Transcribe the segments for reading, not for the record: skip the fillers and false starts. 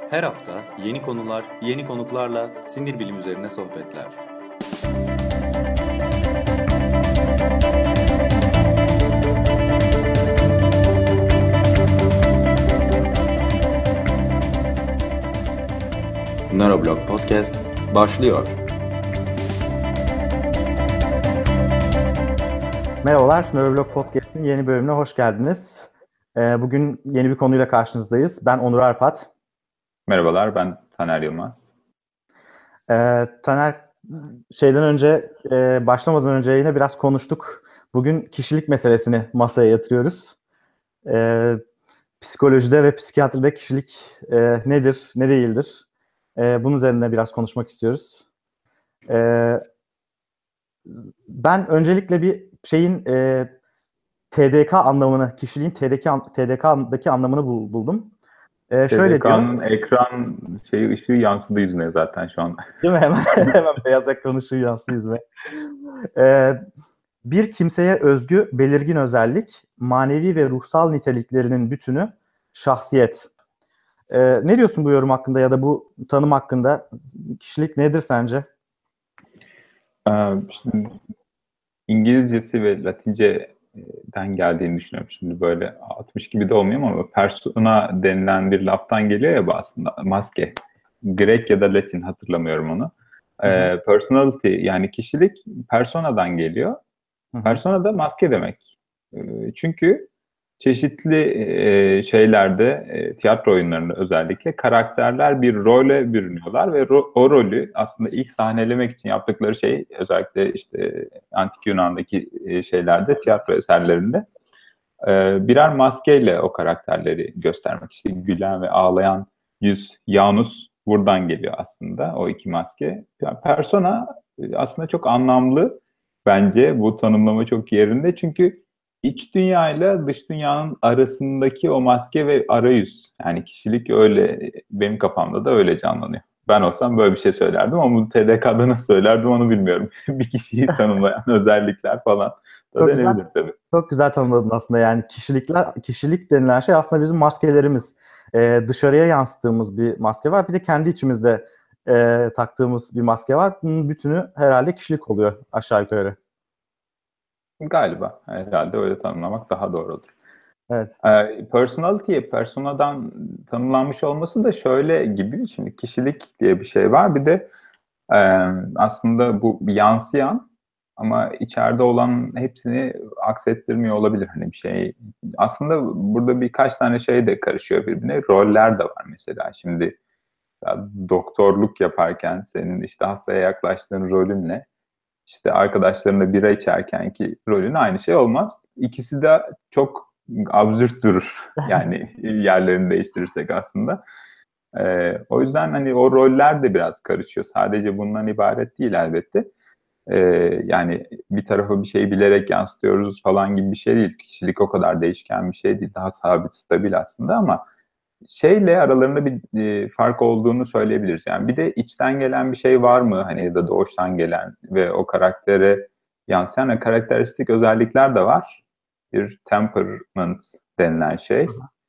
Her hafta yeni konular, yeni konuklarla sinir bilim üzerine sohbetler. Neuroblog Podcast başlıyor. Merhabalar, Neuroblog Podcast'in yeni bölümüne hoş geldiniz. Bugün yeni bir konuyla karşınızdayız. Ben Onur Arpat. Merhabalar, ben Taner Yılmaz. Taner, başlamadan önce yine biraz konuştuk. Bugün kişilik meselesini masaya yatırıyoruz. Psikolojide ve psikiyatride kişilik nedir, ne değildir? Bunun üzerine biraz konuşmak istiyoruz. Ben öncelikle bir şeyin TDK anlamını, kişiliğin TDK'daki anlamını buldum. Şöyle TDK'nın diyor. ekran ışığı yansıdı yüzüne zaten şu an. Değil mi? Hemen beyaz ekran ışığı yansıdı yüzüme. Bir kimseye özgü belirgin özellik, manevi ve ruhsal niteliklerinin bütünü, şahsiyet. Ne diyorsun bu yorum hakkında ya da bu tanım hakkında? Kişilik nedir sence? Şimdi İngilizcesi ve Latinceden geldiğini düşünüyorum. Şimdi böyle 60 gibi de olmuyor ama persona denilen bir laftan geliyor ya bu aslında. Maske. Grek ya da Latin, hatırlamıyorum onu. Personality, yani kişilik personadan geliyor. Persona da maske demek. Çünkü çeşitli şeylerde, tiyatro oyunlarında özellikle karakterler bir role bürünüyorlar ve o rolü aslında ilk sahnelemek için yaptıkları şey, özellikle işte Antik Yunan'daki şeylerde, tiyatro eserlerinde birer maskeyle o karakterleri göstermek. İşte gülen ve ağlayan yüz, Janus buradan geliyor aslında, o iki maske. Yani persona aslında çok anlamlı. Bence bu tanımlama çok yerinde, çünkü iç dünyayla dış dünyanın arasındaki o maske ve arayüz, yani kişilik öyle, benim kafamda da öyle canlanıyor. Ben olsam böyle bir şey söylerdim ama bu TDK'da nasıl söylerdim onu bilmiyorum. Bir kişiyi tanımlayan özellikler falan da denebilir tabii. Çok güzel tanımladın aslında, yani kişilik denilen şey aslında bizim maskelerimiz. Dışarıya yansıttığımız bir maske var, bir de kendi içimizde taktığımız bir maske var. Bunun bütünü herhalde kişilik oluyor aşağı yukarı. Galiba. Herhalde öyle tanımlamak daha doğrudur. Evet. Personality'ye personadan tanımlanmış olması da şöyle gibi. Şimdi kişilik diye bir şey var. Bir de aslında bu yansıyan ama içeride olan hepsini aksettirmiyor olabilir. Hani bir şey. Aslında burada birkaç tane şey de karışıyor birbirine. Roller de var mesela. Şimdi doktorluk yaparken senin işte hastaya yaklaştığın rolünle İşte arkadaşlarınla bira içerken ki rolün aynı şey olmaz. İkisi de çok absürt durur. Yani yerlerini değiştirirsek aslında. O yüzden hani o roller de biraz karışıyor. Sadece bundan ibaret değil elbette. Yani bir tarafa bir şeyi bilerek yansıtıyoruz falan gibi bir şey değil. Kişilik o kadar değişken bir şey değil. Daha sabit, stabil aslında, ama şeyle aralarında bir fark olduğunu söyleyebiliriz. Yani bir de içten gelen bir şey var mı? Hani ya da doğuştan gelen ve o karaktere yansıyan ve karakteristik özellikler de var. Bir temperament denilen şey.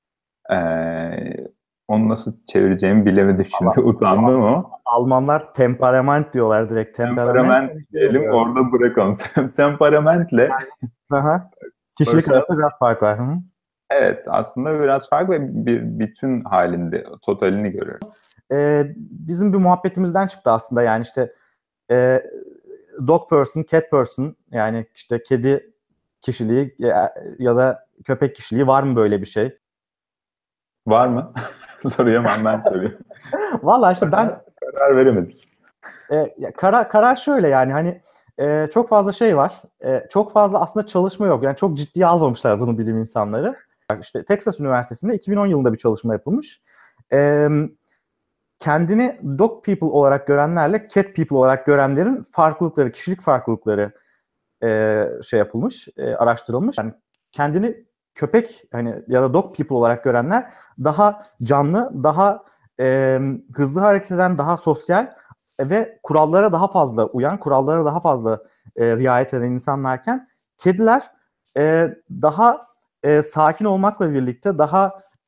Onu nasıl çevireceğimi bilemedim şimdi. Utandım ama. Almanlar temperament diyorlar direkt. Temperament diyelim, orada bırakalım. Temperamentle kişilik arasında biraz fark var. Hı-hı. Evet, aslında biraz fark ve bir bütün halinde totalini görüyoruz. Bizim bir muhabbetimizden çıktı aslında, yani işte dog person, cat person, yani işte kedi kişiliği ya da köpek kişiliği var mı, böyle bir şey? Var mı? Soruyu ben söyleyeyim. Vallahi işte ben karar veremedik. Karar şöyle, yani hani çok fazla şey var. Çok fazla aslında çalışma yok. Yani çok ciddiye almamışlar bunu bilim insanları. İşte Texas Üniversitesi'nde 2010 yılında bir çalışma yapılmış. Kendini dog people olarak görenlerle cat people olarak görenlerin farklılıkları, kişilik farklılıkları yapılmış, araştırılmış. Yani kendini köpek hani ya da dog people olarak görenler daha canlı, daha hızlı hareket eden, daha sosyal ve kurallara daha fazla uyan, kurallara daha fazla riayet eden insanlarken kediler daha sakin olmakla birlikte daha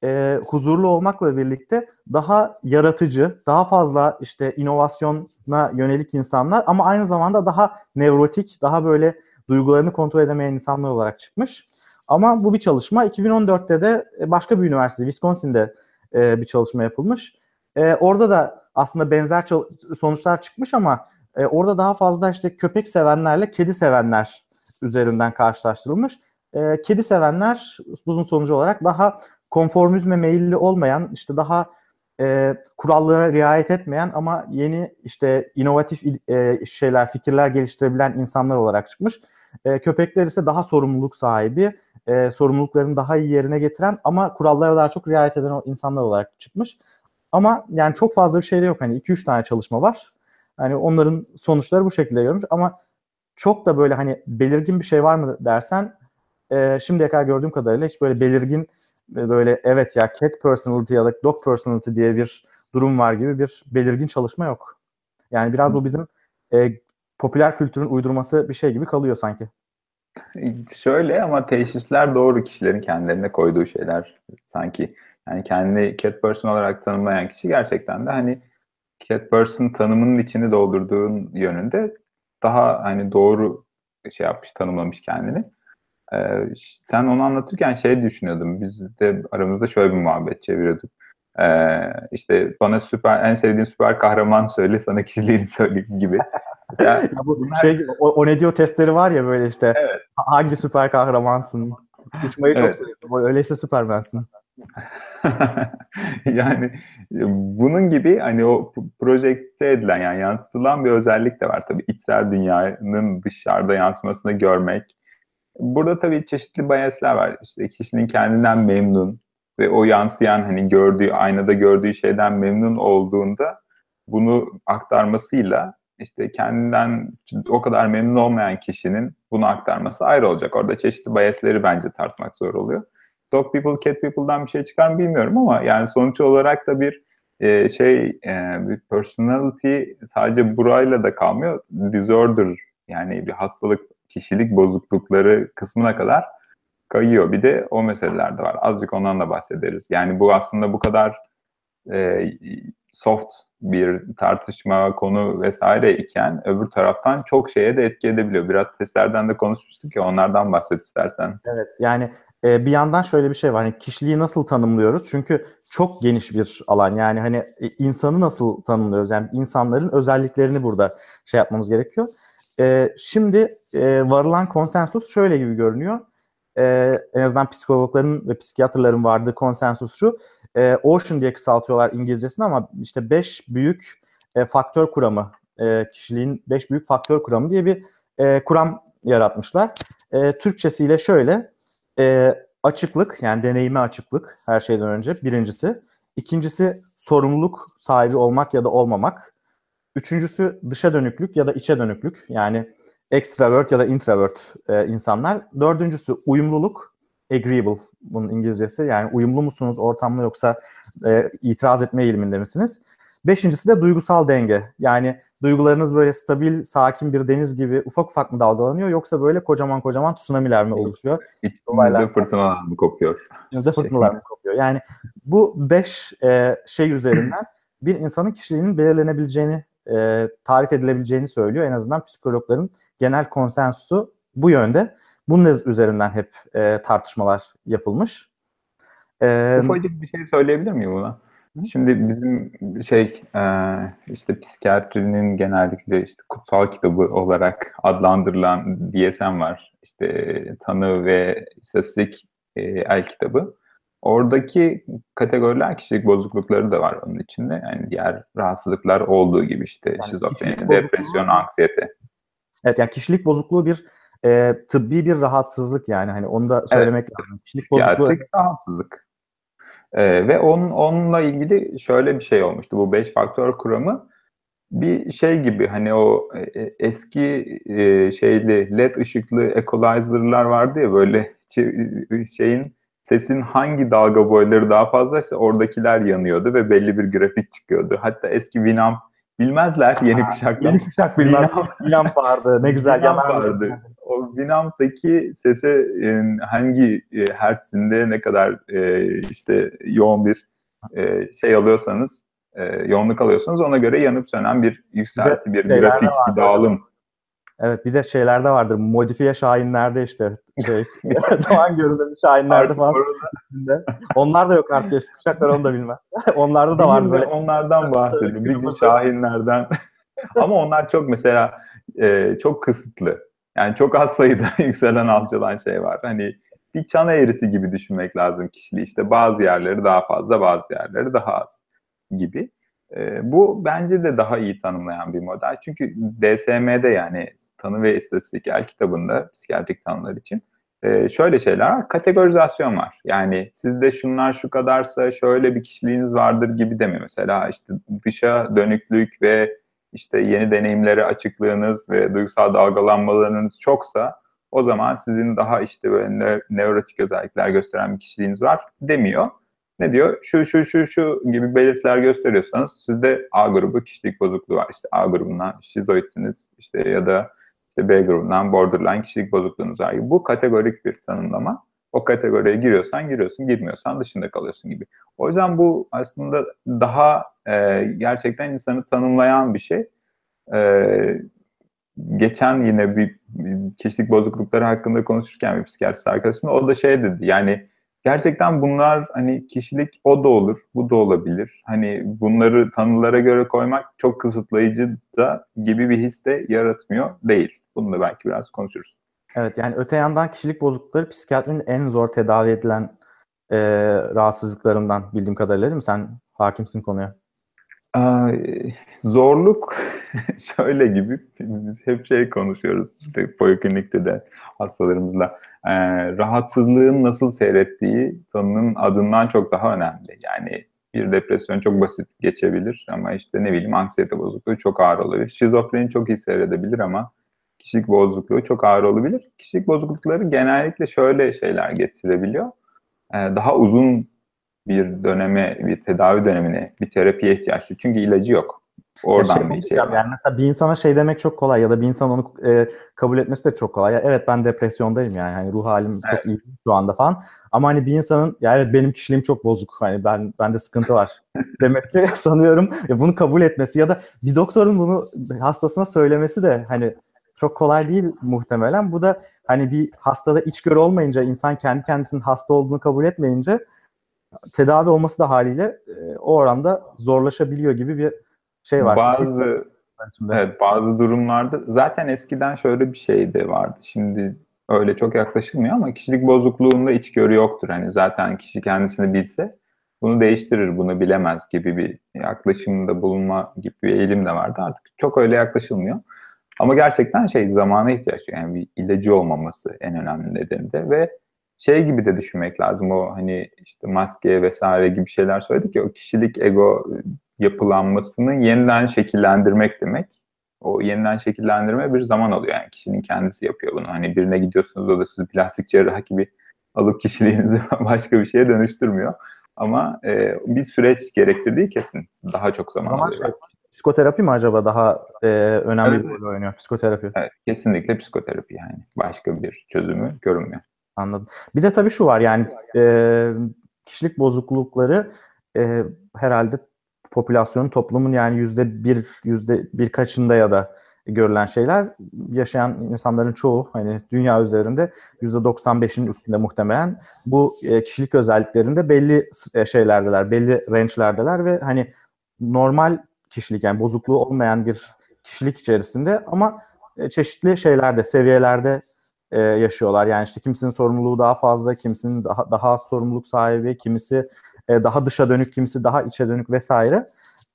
huzurlu olmakla birlikte daha yaratıcı, daha fazla işte inovasyona yönelik insanlar ama aynı zamanda daha nevrotik, daha böyle duygularını kontrol edemeyen insanlar olarak çıkmış. Ama bu bir çalışma. 2014'te de başka bir üniversite, Wisconsin'de bir çalışma yapılmış. Orada da aslında benzer sonuçlar çıkmış ama orada daha fazla işte köpek sevenlerle kedi sevenler üzerinden karşılaştırılmış. Kedi sevenler bunun sonucu olarak daha konformizme meyilli olmayan, işte daha kurallara riayet etmeyen ama yeni işte inovatif fikirler geliştirebilen insanlar olarak çıkmış. Köpekler ise daha sorumluluk sahibi, sorumluluklarını daha iyi yerine getiren ama kurallara daha çok riayet eden o insanlar olarak çıkmış. Ama yani çok fazla bir şey de yok. Hani 2-3 tane çalışma var. Hani onların sonuçları bu şekilde görmüş ama çok da böyle hani belirgin bir şey var mı dersen şimdiye kadar gördüğüm kadarıyla hiç böyle belirgin böyle evet ya cat personality ya da dog personality diye bir durum var gibi bir belirgin çalışma yok. Yani biraz bu bizim popüler kültürün uydurması bir şey gibi kalıyor sanki. Şöyle ama teşhisler doğru, kişilerin kendilerine koyduğu şeyler sanki. Yani kendini cat person olarak tanımlayan kişi gerçekten de hani cat person tanımının içini doldurduğun yönünde daha hani doğru şey yapmış, tanımlamış kendini. Sen onu anlatırken şey düşünüyordum. Biz de aramızda şöyle bir muhabbet çeviriyorduk. İşte bana en sevdiğin süper kahraman söyle, sana kişiliğini söyle gibi. Mesela Ya bu o ne diyor testleri var ya böyle işte evet. hangi süper kahramansın? Uçmayı çok Evet. seviyorum. Öyleyse Süpermensin. Yani bunun gibi hani o projekte edilen, yani yansıtılan bir özellik de var tabii. İçsel dünyanın dışarıda yansımasını görmek. Burada tabii çeşitli bias'ler var. İşte kişinin kendinden memnun ve o yansıyan hani aynada gördüğü şeyden memnun olduğunda bunu aktarmasıyla işte kendinden o kadar memnun olmayan kişinin bunu aktarması ayrı olacak. Orada çeşitli bias'leri bence tartmak zor oluyor. Dog people, cat people'dan bir şey çıkar mı bilmiyorum ama yani sonuç olarak da bir personality sadece burayla da kalmıyor. Disorder, yani bir hastalık, kişilik bozuklukları kısmına kadar kayıyor. Bir de o meseleler de var. Azıcık ondan da bahsederiz. Yani bu aslında bu kadar e, soft bir tartışma konu vesaire iken öbür taraftan çok şeye de etki edebiliyor. Biraz testlerden de konuşmuştuk ya, onlardan bahset istersen. Evet yani bir yandan şöyle bir şey var. Hani kişiliği nasıl tanımlıyoruz? Çünkü çok geniş bir alan. Yani hani insanı nasıl tanımlıyoruz? Yani insanların özelliklerini burada şey yapmamız gerekiyor. Şimdi varılan konsensus şöyle gibi görünüyor. En azından psikologların ve psikiyatrların vardığı konsensus şu. Ocean diye kısaltıyorlar İngilizcesini ama işte 5 büyük faktör kuramı, kişiliğin 5 büyük faktör kuramı diye bir kuram yaratmışlar. Türkçesiyle şöyle, açıklık, yani deneyime açıklık her şeyden önce birincisi. İkincisi sorumluluk sahibi olmak ya da olmamak. Üçüncüsü dışa dönüklük ya da içe dönüklük, yani extrovert ya da introvert insanlar. Dördüncüsü uyumluluk, agreeable bunun İngilizcesi, yani uyumlu musunuz ortamla yoksa itiraz etme eğiliminde misiniz? Beşincisi de duygusal denge. Yani duygularınız böyle stabil, sakin bir deniz gibi ufak ufak mı dalgalanıyor yoksa böyle kocaman kocaman tsunami'ler mi oluşuyor? İçimizde fırtınalar mı kopuyor? İçinizde fırtınalar mı kopuyor? Yani bu 5 şey üzerinden bir insanın kişiliğinin belirlenebileceğini, tarif edilebileceğini söylüyor. En azından psikologların genel konsensusu bu yönde. Bunun üzerinden hep tartışmalar yapılmış. Ufacık bir şey söyleyebilir miyim buna? Şimdi bizim işte psikiyatrinin genellikle işte kutsal kitabı olarak adlandırılan DSM var. İşte tanı ve istatistik el kitabı. Oradaki kategoriler kişilik bozuklukları da var onun içinde. Yani diğer rahatsızlıklar olduğu gibi işte Yani şizofreni, depresyon, anksiyete. Evet, yani kişilik bozukluğu bir tıbbi bir rahatsızlık, yani hani onu da Evet, söylemek lazım. Kişilik bozukluğu psikiyatrik rahatsızlık. Ve onunla ilgili şöyle bir şey olmuştu. Bu 5 faktör kuramı bir şey gibi, hani o eski şeyli led ışıklı equalizer'lar vardı ya, böyle sesin hangi dalga boyları daha fazlaysa oradakiler yanıyordu ve belli bir grafik çıkıyordu. Hatta eski Winamp bilmezler, yeni kuşaklar. Yeni kuşak bilmez. Winamp vardı. Ne güzel Winamp yanar vardı. mısın? o Winamp'taki sese hangi hertzinde ne kadar işte yoğun bir şey alıyorsanız, yoğunluk alıyorsanız ona göre yanıp sönen bir yükselti, bir grafik, bir dağılım. Evet, bir de şeylerde vardır. Modifiye şahinlerde işte Doğan görünümlü şahinlerde falan. Onlar da yok artık, eski kuşaklar onu da bilmez. Onlarda da vardı böyle. Onlardan bahsediyorum. Bir gün şahinlerden. Ama onlar çok mesela çok kısıtlı. Yani çok az sayıda yükselen alçalan şey var. Hani bir çan eğrisi gibi düşünmek lazım kişiliği. İşte bazı yerleri daha fazla, bazı yerleri daha az gibi. Bu bence de daha iyi tanımlayan bir model. Çünkü DSM'de, yani tanı ve istatistik el kitabında psikiyatrik tanılar için şöyle şeyler var. Kategorizasyon var. Yani sizde şunlar şu kadarsa şöyle bir kişiliğiniz vardır gibi demiyor. Mesela işte dışa dönüklük ve işte yeni deneyimlere açıklığınız ve duygusal dalgalanmalarınız çoksa o zaman sizin daha işte böyle nevrotik özellikler gösteren bir kişiliğiniz var demiyor. Ne diyor? Şu gibi belirtiler gösteriyorsanız sizde A grubu kişilik bozukluğu var. İşte A grubundan şizoidsiniz işte ya da işte B grubundan borderline kişilik bozukluğunuz var gibi. Bu kategorik bir tanımlama. O kategoriye giriyorsan giriyorsun, girmiyorsan dışında kalıyorsun gibi. O yüzden bu aslında daha gerçekten insanı tanımlayan bir şey. Geçen yine bir kişilik bozuklukları hakkında konuşurken bir psikiyatrist arkadaşımla o da şey dedi. Yani gerçekten bunlar hani kişilik o da olur, bu da olabilir. Hani bunları tanılara göre koymak çok kısıtlayıcı da gibi bir his de yaratmıyor değil. Bunu da belki biraz konuşuruz. Evet, yani öte yandan kişilik bozuklukları psikiyatrinin en zor tedavi edilen rahatsızlıklarından bildiğim kadarıyla, değil mi? Sen hakimsin konuya. Zorluk şöyle gibi, biz hep şey konuşuyoruz işte poliklinikte de hastalarımızla, rahatsızlığın nasıl seyrettiği tanının adından çok daha önemli. Yani bir depresyon çok basit geçebilir ama işte ne bileyim anksiyete bozukluğu çok ağır olabilir. Şizofreni çok iyi seyredebilir ama kişilik bozukluğu çok ağır olabilir. Kişilik bozuklukları genellikle şöyle şeyler getirebiliyor. Daha uzun bir döneme, bir tedavi dönemine, bir terapiye ihtiyaç duyuyor. Çünkü ilacı yok. Oradan bir şey var. Yani mesela bir insana şey demek çok kolay ya da bir insan onu kabul etmesi de çok kolay. Ya, evet, ben depresyondayım yani. Hani ruh halim çok iyi şu anda falan. Ama hani bir insanın ya evet benim kişiliğim çok bozuk. Hani bende sıkıntı var demesi sanıyorum bunu kabul etmesi ya da bir doktorun bunu hastasına söylemesi de hani çok kolay değil muhtemelen. Bu da hani bir hastada içgörü olmayınca, insan kendi kendisinin hasta olduğunu kabul etmeyince tedavi olması da haliyle o oranda zorlaşabiliyor gibi bir şey var. Bazı durumlarda zaten eskiden şöyle bir şey de vardı. Şimdi öyle çok yaklaşılmıyor ama kişilik bozukluğunda içgörü yoktur. Hani zaten kişi kendisini bilse bunu değiştirir, bunu bilemez gibi bir yaklaşımda bulunma gibi bir eğilim de vardı. Artık çok öyle yaklaşılmıyor. Ama gerçekten zamana ihtiyaç duyuyor. Yani bir ilacı olmaması en önemli nedeni de ve şey gibi de düşünmek lazım. O hani işte maske vesaire gibi şeyler söyledik ya, o kişilik ego yapılanmasını yeniden şekillendirmek demek. O yeniden şekillendirme bir zaman alıyor. Yani kişinin kendisi yapıyor bunu. Hani birine gidiyorsunuz, o da sizi plastik cerrah gibi alıp kişiliğinizi başka bir şeye dönüştürmüyor. Ama bir süreç gerektirdiği kesin. Daha çok zaman alıyor. Psikoterapi mi acaba daha önemli bir rol oynuyor? Psikoterapi. Evet, kesinlikle psikoterapi yani. Başka bir çözümü görünmüyor. Anladım. Bir de tabii şu var yani kişilik bozuklukları herhalde popülasyonun, toplumun yani yüzde birkaçında ya da görülen şeyler. Yaşayan insanların çoğu hani dünya üzerinde %95'in üstünde muhtemelen bu kişilik özelliklerinde belli şeylerdeler, belli range'lerdeler ve hani normal kişilik, yani bozukluğu olmayan bir kişilik içerisinde ama çeşitli şeylerde, seviyelerde yaşıyorlar. Yani işte kimisinin sorumluluğu daha fazla, kimisinin daha az sorumluluk sahibi, kimisi daha dışa dönük, kimisi daha içe dönük vesaire.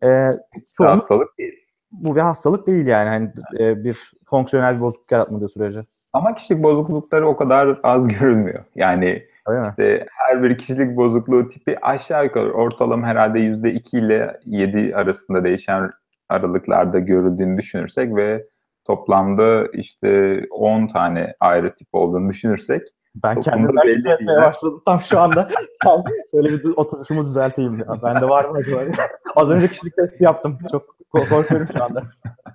Hastalık değil. Bu bir hastalık değil yani. Hani bir fonksiyonel bir bozukluk yaratmadığı sürece. Ama kişilik bozuklukları o kadar az görülmüyor. Yani işte her bir kişilik bozukluğu tipi aşağı yukarı ortalama herhalde %2 ile 7 arasında değişen aralıklarda görüldüğünü düşünürsek ve toplamda işte 10 tane ayrı tip olduğunu düşünürsek ben kendimden şüphe etmeye başladım tam şu anda. Şöyle bir oturuşumu düzelteyim ya. Bende var mı acaba? Az önce kişilik testi yaptım. Çok korkuyorum şu anda.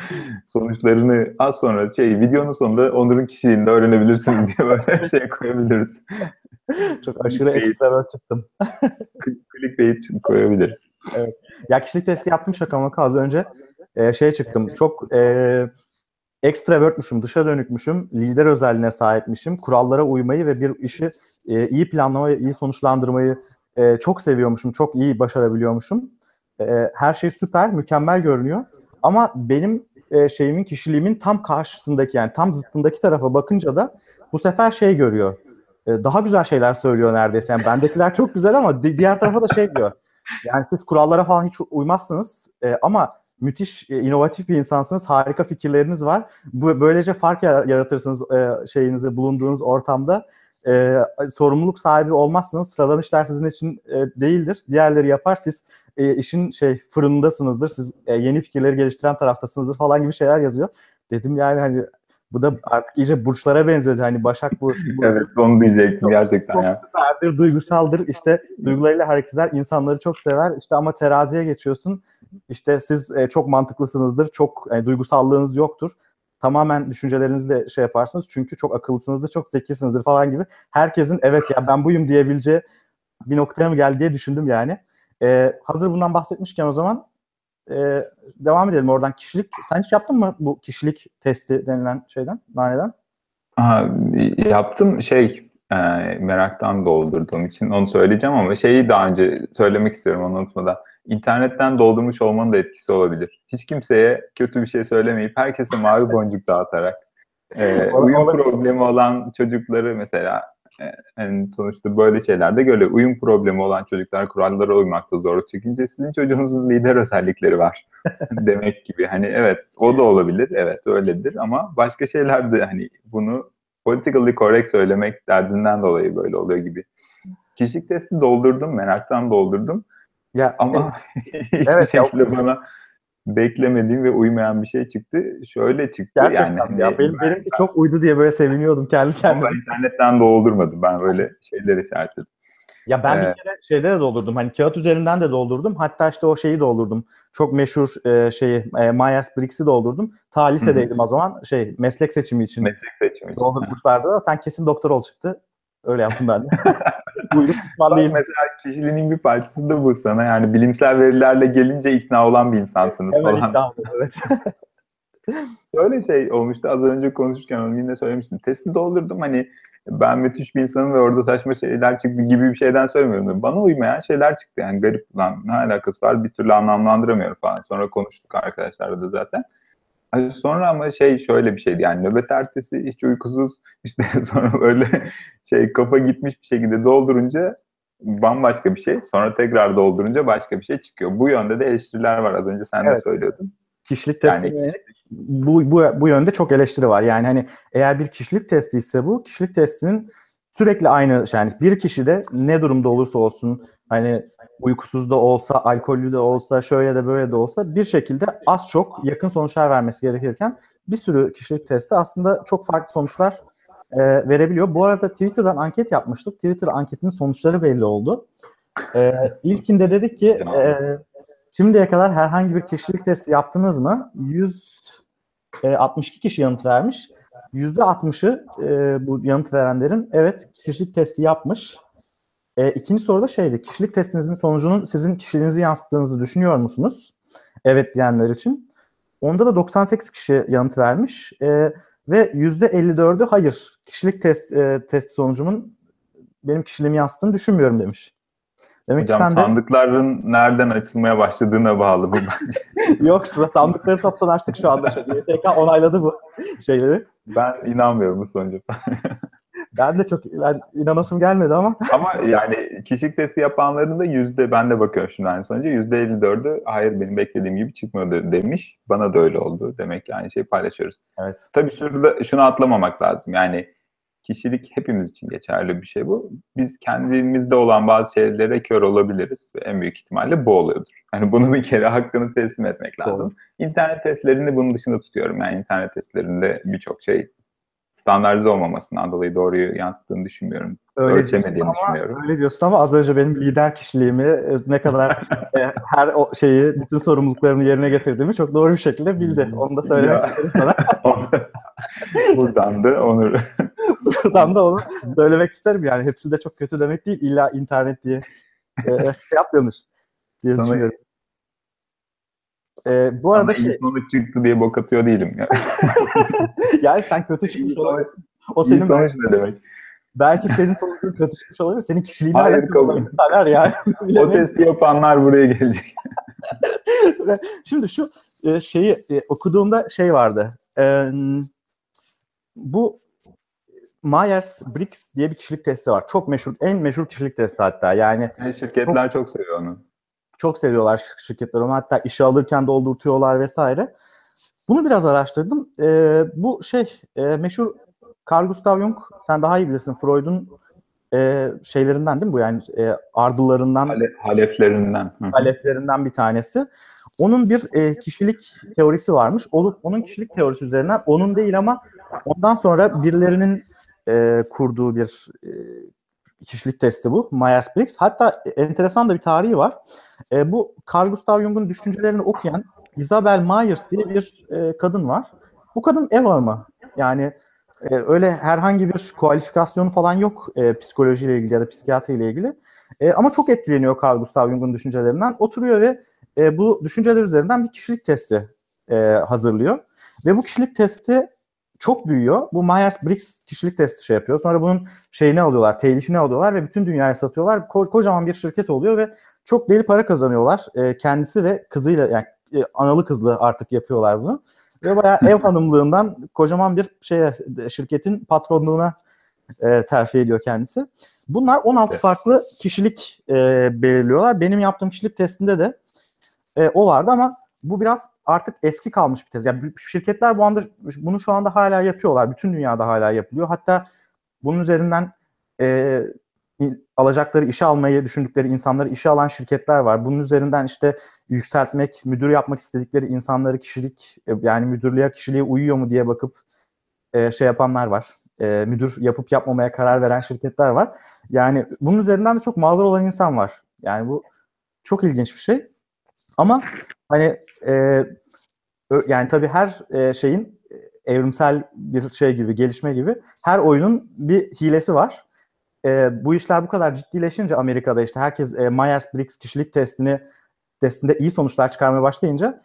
Sonuçlarını az sonra videonun sonunda Onur'un kişiliğini de öğrenebilirsiniz diye böyle şey koyabiliriz. Çok aşırı ekstravert çıktım. Clickbait koyabiliriz. Evet. Ya kişilik testi yaptım şaka maka az önce. Çıktım. Çok extrovertmüşüm, dışa dönükmüşüm, lider özelliğine sahipmişim. Kurallara uymayı ve bir işi iyi planlamayı, iyi sonuçlandırmayı çok seviyormuşum. Çok iyi başarabiliyormuşum. Her şey süper, mükemmel görünüyor. Ama benim kişiliğimin tam karşısındaki yani tam zıttındaki tarafa bakınca da bu sefer görüyor. Daha güzel şeyler söylüyor neredeyse. Yani bendekiler çok güzel ama diğer tarafa da diyor. Yani siz kurallara falan hiç uymazsınız ama müthiş inovatif bir insansınız. Harika fikirleriniz var. Böylece fark yaratırsınız şeyinizi bulunduğunuz ortamda. Sorumluluk sahibi olmazsınız. Sıradan işler sizin için değildir. Diğerleri yapar. Siz işin fırınındasınızdır. Siz yeni fikirleri geliştiren taraftasınızdır falan gibi şeyler yazıyor. Dedim yani hani bu da artık iyice burçlara benzedi. Hani Başak Burcu. Evet, onu diyecektim gerçekten çok ya. süperdir, duygusaldır. İşte duygularıyla hareket eder, insanları çok sever. İşte ama teraziye geçiyorsun. İşte siz çok mantıklısınızdır, çok duygusallığınız yoktur. Tamamen düşüncelerinizle yaparsınız. Çünkü çok akıllısınızdır, çok zekisinizdir falan gibi. Herkesin evet ya ben buyum diyebileceği bir noktaya mı geldi diye düşündüm yani. Hazır bundan bahsetmişken o zaman devam edelim oradan. Kişilik, sen hiç yaptın mı bu kişilik testi denilen Nane'den? Yaptım meraktan doldurduğum için onu söyleyeceğim ama daha önce söylemek istiyorum onu unutmadan. İnternetten doldurmuş olmanın da etkisi olabilir. Hiç kimseye kötü bir şey söylemeyip herkese mavi boncuk dağıtarak uyum problemi olan çocukları mesela yani sonuçta böyle şeylerde görülüyor. Uyum problemi olan çocuklar kurallara uymakta zorluk çekince sizin çocuğunuzun lider özellikleri var demek gibi. Hani evet o da olabilir. Evet öyledir ama başka şeyler de hani bunu politically correct söylemek derdinden dolayı böyle oluyor gibi. Kişilik testi doldurdum, meraktan doldurdum. Ya, ama hiçbir evet şekilde bana beklemediğim ve uymayan bir şey çıktı. Şöyle çıktı yani gerçekten ya benimki çok uydu diye böyle seviniyordum kendi kendime. ben internetten doldurmadım. Ben böyle şeyleri işaretledim. Ya ben bir kere şeyde de doldurdum. Hani kağıt üzerinden de doldurdum. Hatta işte o doldurdum. Çok meşhur Myers-Briggs'i doldurdum. Ta lisedeydim o zaman. Meslek seçimi için. Meslek seçimi için. Doldurmuşlardı da sen kesin doktor ol çıktı. Öyle yaptım ben de. Uydum pişman değilim. Mesela kişiliğinin bir parçası da bu sana. Yani bilimsel verilerle gelince ikna olan bir insansınız Hemen falan. ikna oldum, evet. Öyle olmuştu. Az önce konuşurken onu yine söylemiştim. Testi doldurdum. Hani ben müthiş bir insanım ve orada saçma şeyler çıktı gibi bir şeyden söylemiyorum. Bana uymayan şeyler çıktı. Yani garip lan ne alakası var bir türlü anlamlandıramıyorum falan. Sonra konuştuk arkadaşlarla da zaten. Sonra ama şöyle bir şeydi yani nöbet ertesi hiç uykusuz işte sonra böyle kafa gitmiş bir şekilde doldurunca bambaşka bir şey. Sonra tekrar doldurunca başka bir şey çıkıyor. Bu yönde de eleştiriler var. Az önce sen de söylüyordun. Kişilik testine bu yönde çok eleştiri var. Yani hani eğer bir kişilik testi ise bu kişilik testinin sürekli aynı yani bir kişi de ne durumda olursa olsun hani uykusuz da olsa, alkollü de olsa, şöyle de böyle de olsa bir şekilde az çok yakın sonuçlar vermesi gerekirken bir sürü kişilik testi aslında çok farklı sonuçlar verebiliyor. Bu arada Twitter'dan anket yapmıştık. Twitter anketinin sonuçları belli oldu. İlkinde dedik ki şimdiye kadar herhangi bir kişilik testi yaptınız mı? 162 kişi yanıt vermiş. %60'ı bu yanıt verenlerin evet kişilik testi yapmış. İkinci soruda kişilik testinizin sonucunun sizin kişiliğinizi yansıttığınızı düşünüyor musunuz? Evet diyenler için. Onda da 98 kişi yanıt vermiş. Ve %54'ü hayır kişilik testi sonucumun benim kişiliğimi yansıttığını düşünmüyorum demiş. Demek hocam ki sen sandıkların nereden açılmaya başladığına bağlı bu bence. Yoksa sandıkları toptan açtık şu anda. YSK onayladı bu şeyleri. Ben inanmıyorum bu sonuca. Ben inanasım gelmedi ama. Ama yani kişilik testi yapanların da ben de bakıyorum şimdi aynı sonuca %54'ü hayır benim beklediğim gibi çıkmadı demiş. Bana da öyle oldu. Demek ki aynı şeyi paylaşıyoruz. Evet. Tabii şunu atlamamak lazım. Yani kişilik hepimiz için geçerli bir şey bu. Biz kendimizde olan bazı şeylere kör olabiliriz. Ve en büyük ihtimalle bu oluyordur. Yani bunu bir kere hakkını teslim etmek lazım. Doğru. İnternet testlerini bunun dışında tutuyorum. Yani internet testlerinde birçok standartize olmamasından dolayı doğruyu yansıttığını düşünmüyorum. Öyle diyorsun Ölçemediğini ama düşünüyorum. öyle diyorsun ama az önce benim lider kişiliğimi ne kadar her o şeyi bütün sorumluluklarımı yerine getirdiğimi çok doğru bir şekilde bildi. Onu da söylemek Ya, isterim sana. buradan da Onur. Buradan da onu söylemek isterim yani. Hepsi de çok kötü demek değil. İlla internet diye şey yapmıyormuş diye Sana, düşünüyorum. Bu arada sana iyi sonuç çıktı diye bok atıyor değilim. Ya. yani sen kötü İyi çıkmış sonuç, olabilirsin. O iyi senin sonuç ne demek? belki senin sonucun kötü çıkmış olabilir. Senin kişiliğine Hayır, alakalı olabilir. Taner yani. o Bilemeyiz. testi yapanlar buraya gelecek. Şimdi şu şeyi okuduğumda şey vardı. Bu Myers-Briggs diye bir kişilik testi var. Çok meşhur, en meşhur kişilik testi hatta. Yani Şirketler çok seviyor onu. çok seviyorlar şirketler onu. Hatta işe alırken doldurtuyorlar vesaire. Bunu biraz araştırdım. Bu meşhur Carl Gustav Jung, sen daha iyi bilirsin, Freud'un şeylerinden değil mi bu, yani ardılarından, Haleflerinden. aleptlerinden bir tanesi. Onun bir kişilik teorisi varmış. Onun kişilik teorisi üzerinden, onun değil ama ondan sonra birilerinin kurduğu bir kişilik testi bu. Myers-Briggs. Hatta enteresan da bir tarihi var. Bu Carl Gustav Jung'un düşüncelerini okuyan Isabel Myers diye bir kadın var. Bu kadın ev hanımı. Yani öyle herhangi bir kualifikasyonu falan yok psikolojiyle ilgili ya da psikiyatriyle ilgili. Ama çok etkileniyor Carl Gustav Jung'un düşüncelerinden. Oturuyor ve bu düşünceler üzerinden bir kişilik testi hazırlıyor. Ve bu kişilik testi çok büyüyor. Bu Myers-Briggs kişilik testi şey yapıyor. Sonra bunun şeyini alıyorlar, telifini alıyorlar ve bütün dünyaya satıyorlar. Kocaman bir şirket oluyor ve çok deli para kazanıyorlar. Kendisi ve kızıyla, yani analı kızlı artık yapıyorlar bunu. Ve bayağı ev hanımlığından kocaman bir şirketin patronluğuna terfi ediyor kendisi. Bunlar 16 farklı kişilik belirliyorlar. Benim yaptığım kişilik testinde de o vardı ama bu biraz artık eski kalmış bir tez. Yani şirketler bunu şu anda hala yapıyorlar. Bütün dünyada hala yapılıyor. Hatta bunun üzerinden alacakları, işe almayı düşündükleri insanları işe alan şirketler var. Bunun üzerinden işte yükseltmek, müdür yapmak istedikleri insanları yani müdürlüğe, kişiliğe uyuyor mu diye bakıp şey yapanlar var. Müdür yapıp yapmamaya karar veren şirketler var. Yani bunun üzerinden de çok mağdur olan insan var. Yani bu çok ilginç bir şey. Ama hani yani tabii her şeyin evrimsel bir şey gibi, gelişme gibi her oyunun bir hilesi var. Bu işler bu kadar ciddileşince Amerika'da işte herkes Myers-Briggs kişilik testinde iyi sonuçlar çıkarmaya başlayınca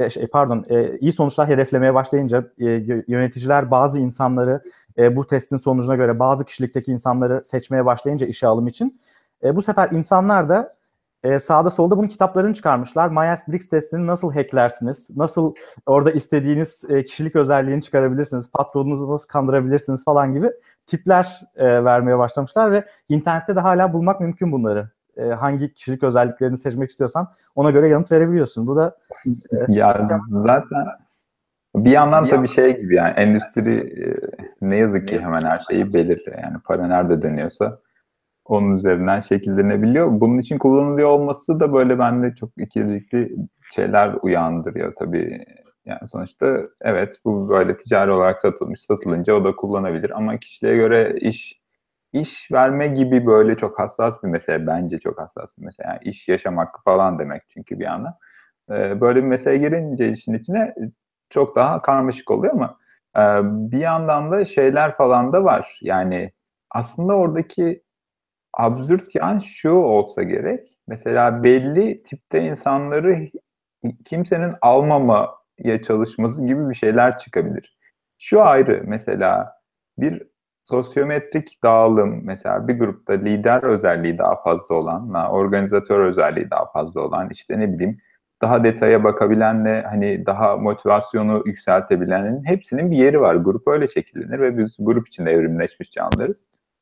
iyi sonuçlar hedeflemeye başlayınca yöneticiler bazı insanları bu testin sonucuna göre bazı kişilikteki insanları seçmeye başlayınca işe alım için bu sefer insanlar da sağda solda bunun kitaplarını çıkarmışlar. Myers-Briggs testini nasıl hacklersiniz? Nasıl orada istediğiniz kişilik özelliğini çıkarabilirsiniz? Patronunuzu nasıl kandırabilirsiniz falan gibi tipler vermeye başlamışlar ve internette de hala bulmak mümkün bunları. Hangi kişilik özelliklerini seçmek istiyorsan ona göre yanıt verebiliyorsun. Bu da Ya zaten bir yandan tabii şey gibi, yani endüstri ne yazık ki hemen her şeyi belirliyor. Yani para nerede dönüyorsa onun üzerinden şekillenebiliyor. Bunun için kullanılıyor olması da böyle bende çok ikircikli şeyler uyandırıyor tabii. Yani sonuçta evet, bu böyle ticari olarak satılınca o da kullanabilir ama kişiliğe göre iş verme gibi böyle çok hassas bir mesele, bence çok hassas bir mesele. Yani iş yaşam hakkı falan demek çünkü bir yandan. Böyle bir mesele girince işin içine çok daha karmaşık oluyor ama bir yandan da şeyler falan da var. Yani aslında oradaki absürt yan şu olsa gerek. Mesela belli tipte insanları kimsenin almamaya çalışması gibi bir şeyler çıkabilir. Şu ayrı, mesela bir sosyometrik dağılım, mesela bir grupta lider özelliği daha fazla olan, organizatör özelliği daha fazla olan, işte ne bileyim daha detaya bakabilenle hani daha motivasyonu yükseltebilenin hepsinin bir yeri var. Grup öyle şekillenir ve biz grup içinde evrimleşmiş canlılarız.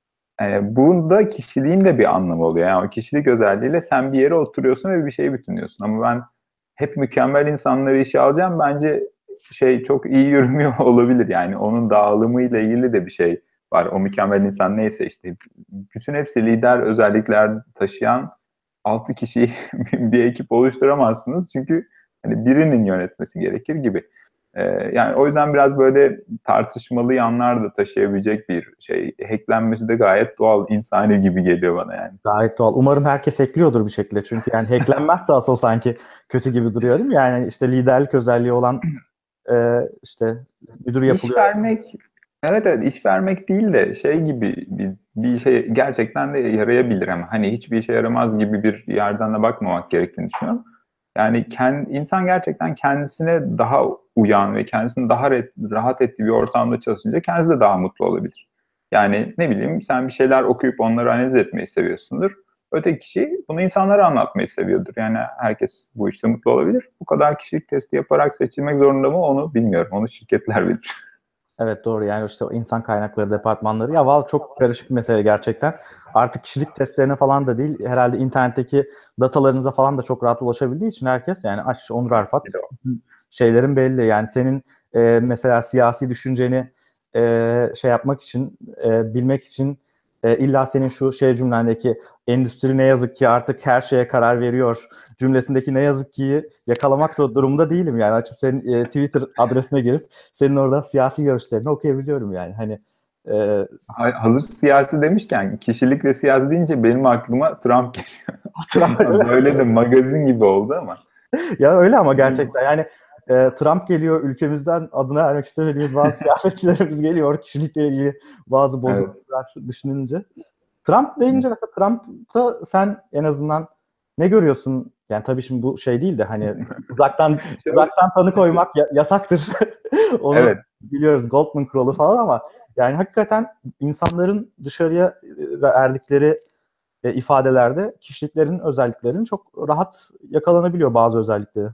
Bunda kişiliğin de bir anlamı oluyor. Yani o kişilik özelliğiyle sen bir yere oturuyorsun ve bir şeyi bütünlüyorsun. Ama ben hep mükemmel insanları işe alacağım. Bence çok iyi yürümüyor olabilir. Yani onun dağılımıyla ilgili de bir şey var. O mükemmel insan neyse işte bütün hepsi lider özellikler taşıyan 6 kişi bir ekip oluşturamazsınız. Çünkü hani birinin yönetmesi gerekir gibi. Yani o yüzden biraz böyle tartışmalı yanlar da taşıyabilecek bir şey. Hacklenmesi de gayet doğal, insani gibi geliyor bana yani. Gayet doğal. Umarım herkes ekliyordur bir şekilde. Çünkü yani hacklenmezse asıl sanki kötü gibi duruyor değil mi? Yani işte liderlik özelliği olan işte müdür İş yapılıyor. vermek, evet, iş vermek değil de şey gibi bir şey gerçekten de yarayabilir ama hani hiçbir işe yaramaz gibi bir yerden de bakmamak gerektiğini düşünüyorum. Yani insan gerçekten kendisine daha uyan ve kendisini daha rahat ettiği bir ortamda çalışınca kendisi de daha mutlu olabilir. Yani ne bileyim sen bir şeyler okuyup onları analiz etmeyi seviyorsundur. Öteki kişi bunu insanlara anlatmayı seviyordur. Yani herkes bu işte mutlu olabilir. Bu kadar kişilik testi yaparak seçilmek zorunda mı onu bilmiyorum. Onu şirketler bilir. Evet doğru, yani işte o insan kaynakları departmanları. Ya vallahi çok karışık bir mesele gerçekten. Artık kişilik testlerine falan da değil, herhalde internetteki datalarınıza falan da çok rahat ulaşabildiği için herkes yani aç Onur Arpat şeylerin belli. Yani senin mesela siyasi düşünceni şey yapmak için, bilmek için illa senin şu şey cümlendeki endüstri ne yazık ki artık her şeye karar veriyor cümlesindeki ne yazık ki yakalamak zor durumda değilim. Yani açıp senin Twitter adresine girip senin orada siyasi görüşlerini okuyabiliyorum yani. Hani Hazır siyasi demişken kişilik ve siyasi deyince benim aklıma Trump geliyor. Böyle de magazin gibi oldu ama. ya öyle ama gerçekten yani Trump geliyor, ülkemizden adına vermek istemediğimiz bazı siyasetçilerimiz geliyor kişilikle ilgili bazı Evet. bozukluklar düşününce. Trump deyince mesela Trump'ta sen en azından ne görüyorsun? Yani tabii şimdi bu şey değil de hani uzaktan tanı koymak yasaktır. Onu Evet. biliyoruz, Goldman kuralı falan, ama yani hakikaten insanların dışarıya verdikleri ifadelerde kişiliklerin özelliklerinin çok rahat yakalanabiliyor bazı özellikleri.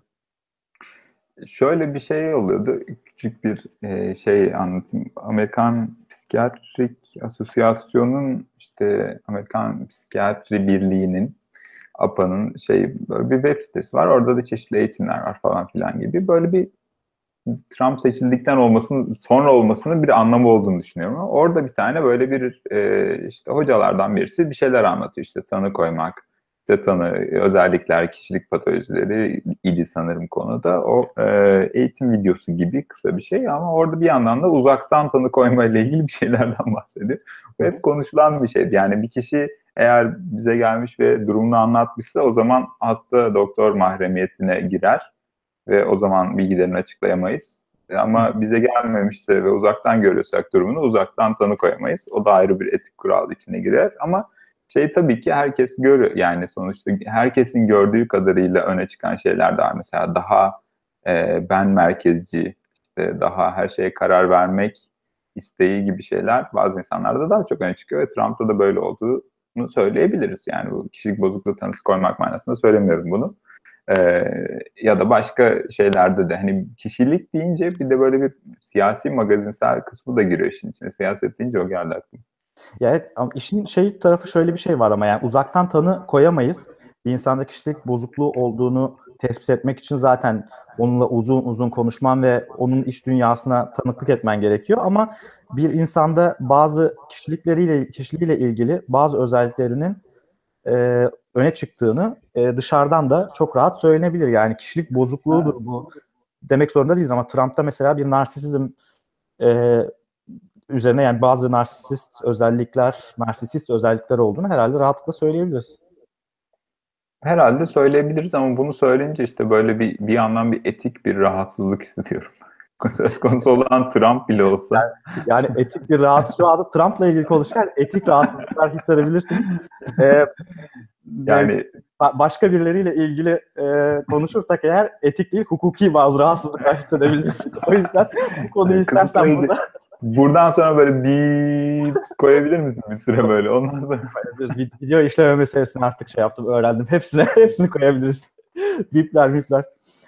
Şöyle bir şey oluyordu. Küçük bir şey anlatayım. Amerikan Psikiyatrik Asosyasyon'un işte Amerikan Psikiyatri Birliği'nin APA'nın böyle bir web sitesi var. Orada da çeşitli eğitimler var falan filan gibi. Böyle bir Trump seçildikten sonra olmasının bir anlamı olduğunu düşünüyorum. Ama orada bir tane böyle bir işte hocalardan birisi bir şeyler anlatıyor. İşte tanı koymak, işte özellikler, kişilik patolojileri idi sanırım konuda. O eğitim videosu gibi kısa bir şey ama orada bir yandan da uzaktan tanı koyma ile ilgili bir şeylerden bahsediyor. Bu hep konuşulan bir şeydi. Yani bir kişi eğer bize gelmiş ve durumunu anlatmışsa o zaman hasta doktor mahremiyetine girer ve o zaman bilgilerini açıklayamayız. Ama bize gelmemişse ve uzaktan görüyorsak durumunu uzaktan tanı koyamayız. O da ayrı bir etik kural içine girer. Ama tabii ki herkes görüyor. Yani sonuçta herkesin gördüğü kadarıyla öne çıkan şeyler de var. Mesela daha ben merkezci, işte daha her şeye karar vermek isteği gibi şeyler bazı insanlarda daha çok öne çıkıyor ve Trump'ta da böyle olduğunu söyleyebiliriz. Yani bu kişilik bozukluğu tanısı koymak manasında söylemiyorum bunu. Ya da başka şeylerde de hani kişilik deyince bir de böyle bir siyasi magazinsel kısmı da giriyor işin içine. Siyaset deyince o geldi aklıma. Ya evet, ama işin şey tarafı şöyle bir şey var, ama yani uzaktan tanı koyamayız. Bir insanda kişilik bozukluğu olduğunu tespit etmek için zaten onunla uzun uzun konuşman ve onun iç dünyasına tanıklık etmen gerekiyor. Ama bir insanda bazı kişiliğiyle ilgili bazı özelliklerinin öne çıktığını dışarıdan da çok rahat söylenebilir. Yani kişilik bozukluğudur bu demek zorunda değiliz, ama Trump'ta mesela bir narsisizm e, üzerine, yani bazı narsisist özellikler olduğunu herhalde rahatlıkla söyleyebiliriz. Herhalde söyleyebiliriz ama bunu söyleyince işte böyle bir yandan bir etik bir rahatsızlık hissediyorum. Söz konusu olan Trump bile olsa. Yani etik bir rahatsız, şu anda Trump'la ilgili konuşurken etik rahatsızlıklar hissedebilirsiniz. Ee, Yani Başka birileriyle ilgili konuşursak eğer etik değil, hukuki bazı rahatsızlıklar hissedebilirsin. O yüzden bu konuyu istersen kısıtlayıcı. burada Buradan sonra böyle bir koyabilir misin bir süre böyle? Ondan sonra video işleme meselesini artık şey yaptım, öğrendim. Hepsini koyabiliriz. Bipler.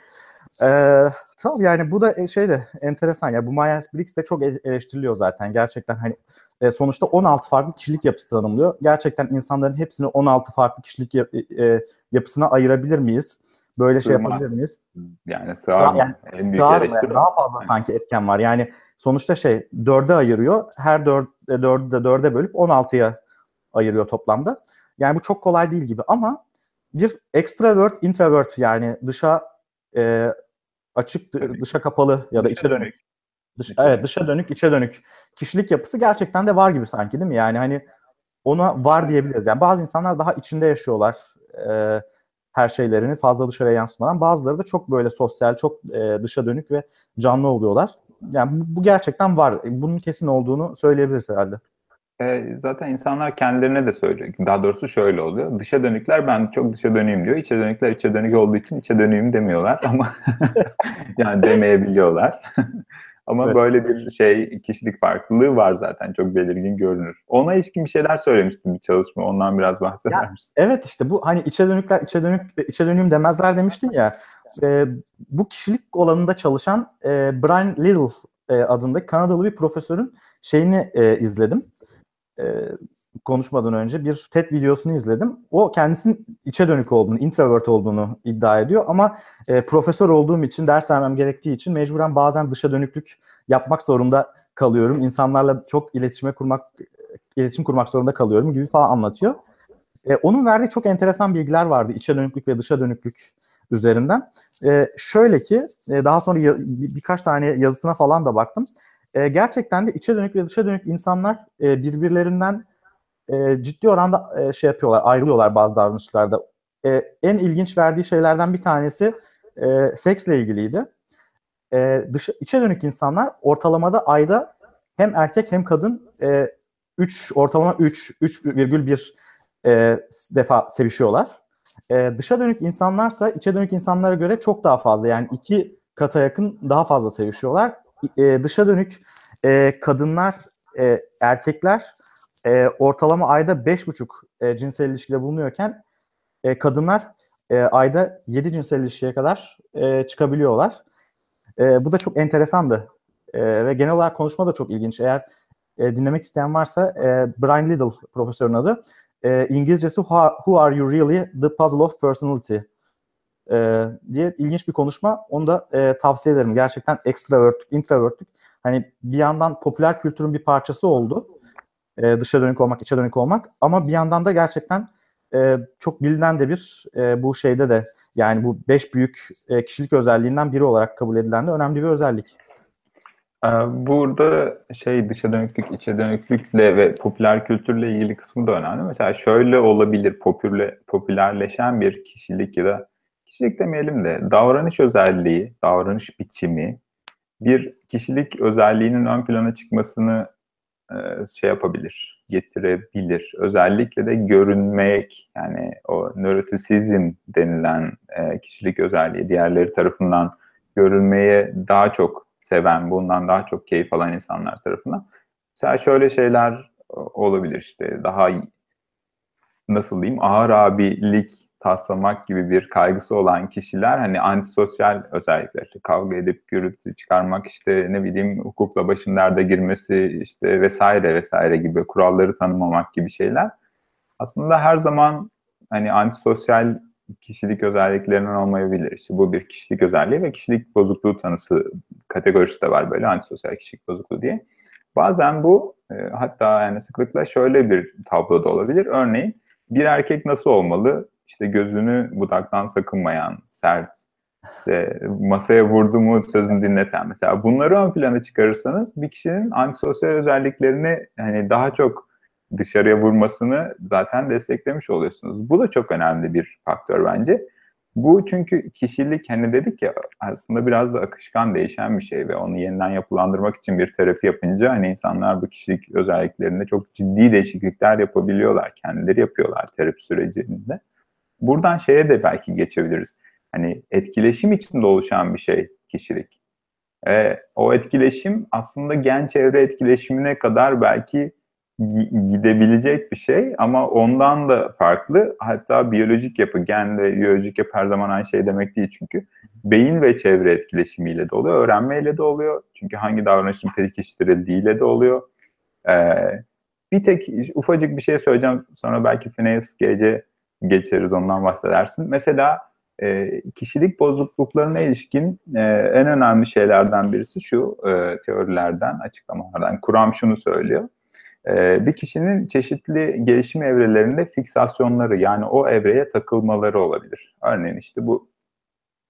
Tamam, yani bu da şey de enteresan ya, bu Myers-Briggs de çok eleştiriliyor zaten gerçekten, hani sonuçta 16 farklı kişilik yapısı tanımlıyor. Gerçekten insanların hepsini 16 farklı kişilik yapısına ayırabilir miyiz? Böyle şey sığmaz. yapabilir miyiz? Yani sığar mı? Yani En büyük daha eleştiri o. daha fazla sanki etken var. Yani sonuçta şey, dörde ayırıyor. Her dördü de dörde bölüp 16'ya ayırıyor toplamda. Yani bu çok kolay değil gibi, ama bir extrovert, introvert, yani dışa açık, dışa kapalı ya da Dışa içe dönük. Evet, dışa dönük, içe dönük kişilik yapısı gerçekten de var gibi sanki, değil mi? Yani hani ona var diyebiliriz. Yani bazı insanlar daha içinde yaşıyorlar her şeylerini fazla dışarıya yansıtmadan. Bazıları da çok böyle sosyal, çok dışa dönük ve canlı oluyorlar. Yani bu gerçekten var. Bunun kesin olduğunu söyleyebiliriz herhalde. Zaten insanlar kendilerine de söylüyor. Daha doğrusu şöyle oluyor. Dışa dönükler ben çok dışa dönüyüm diyor. İçe dönükler içe dönük olduğu için içe dönüyüm demiyorlar ama yani demeyebiliyorlar. Ama Evet. böyle bir şey kişilik farklılığı var zaten. Çok belirgin görünür. Ona ilişkin bir şeyler söylemiştim bir çalışma. Ondan biraz bahseder Ya, misin? evet, işte bu hani içe dönükler içe dönük ve içe dönüyüm demezler demiştin ya. Bu kişilik alanında çalışan Brian Little adındaki Kanadalı bir profesörün şeyini izledim. E, Konuşmadan önce bir TED videosunu izledim. O kendisinin içe dönük olduğunu, introvert olduğunu iddia ediyor ama profesör olduğum için, ders vermem gerektiği için mecburen bazen dışa dönüklük yapmak zorunda kalıyorum. İnsanlarla çok iletişim kurmak zorunda kalıyorum gibi falan anlatıyor. Onun verdiği çok enteresan bilgiler vardı içe dönüklük ve dışa dönüklük üzerinden. Şöyle ki daha sonra birkaç tane yazısına falan da baktım. Gerçekten de içe dönük ve dışa dönük insanlar birbirlerinden ciddi oranda şey yapıyorlar, ayrılıyorlar bazı davranışlarda. En ilginç verdiği şeylerden bir tanesi seksle ilgiliydi. İçe dönük insanlar ortalamada ayda hem erkek hem kadın ortalama 3,1 defa sevişiyorlar. Dışa dönük insanlarsa içe dönük insanlara göre çok daha fazla, yani 2 kata yakın daha fazla sevişiyorlar. Dışa dönük kadınlar, erkekler ortalama ayda 5,5 cinsel ilişkide bulunuyorken kadınlar ayda 7 cinsel ilişkiye kadar çıkabiliyorlar. Bu da çok enteresandı. Ve genel olarak konuşma da çok ilginç. Eğer dinlemek isteyen varsa Brian Little profesörün adı. İngilizcesi Who Are You Really? The Puzzle of Personality diye ilginç bir konuşma. Onu da tavsiye ederim. Gerçekten extrovertlük, introvertlük. Hani bir yandan popüler kültürün bir parçası oldu. Dışa dönük olmak, içe dönük olmak. Ama bir yandan da gerçekten çok bilinen de bu şeyde de, yani bu 5 büyük kişilik özelliğinden biri olarak kabul edilen de önemli bir özellik. Burada dışa dönüklük, içe dönüklükle ve popüler kültürle ilgili kısmı da önemli. Mesela şöyle olabilir, popülerleşen bir kişilik ya da kişilik demeyelim de davranış özelliği, davranış biçimi bir kişilik özelliğinin ön plana çıkmasını getirebilir. Özellikle de görünmek, yani o nörotisizm denilen kişilik özelliği diğerleri tarafından görülmeye daha çok seven, bundan daha çok keyif alan insanlar tarafından. Mesela şöyle şeyler olabilir, işte daha nasıl diyeyim, ağır abilik taslamak gibi bir kaygısı olan kişiler, hani antisosyal özellikler, işte kavga edip gürültü çıkarmak, işte ne bileyim hukukla başın derde girmesi, işte vesaire vesaire gibi, kuralları tanımamak gibi şeyler aslında her zaman hani antisosyal kişilik özelliklerinden olmayabilir. İşte bu bir kişilik özelliği ve kişilik bozukluğu tanısı kategorisi de var, böyle antisosyal kişilik bozukluğu diye. Bazen bu hatta yani sıklıkla şöyle bir tablo da olabilir. Örneğin bir erkek nasıl olmalı? İşte gözünü budaktan sakınmayan, sert, işte masaya vurdu mu sözünü dinleten, mesela bunları ön plana çıkarırsanız bir kişinin antisosyal özelliklerini hani daha çok dışarıya vurmasını zaten desteklemiş oluyorsunuz. Bu da çok önemli bir faktör bence. Bu çünkü kişilik, hani dedik ya, aslında biraz da akışkan, değişen bir şey ve onu yeniden yapılandırmak için bir terapi yapınca hani insanlar bu kişilik özelliklerinde çok ciddi değişiklikler yapabiliyorlar. Kendileri yapıyorlar terapi sürecinde. Buradan şeye de belki geçebiliriz. Hani etkileşim içinde oluşan bir şey kişilik. O etkileşim aslında gen çevre etkileşimine kadar belki gidebilecek bir şey ama ondan da farklı. Hatta biyolojik yapı, gen ve biyolojik yapı her zaman aynı şey demek değil çünkü. Beyin ve çevre etkileşimiyle de oluyor, öğrenmeyle de oluyor. Çünkü hangi davranışın pekiştirildiğiyle de oluyor. Bir tek ufacık bir şey söyleyeceğim, sonra belki Phineas Gage'e geçeriz, ondan bahsedersin. Mesela kişilik bozukluklarına ilişkin en önemli şeylerden birisi şu, teorilerden, açıklamalardan. Kuram şunu söylüyor. Bir kişinin çeşitli gelişim evrelerinde fiksasyonları, yani o evreye takılmaları olabilir. Örneğin işte bu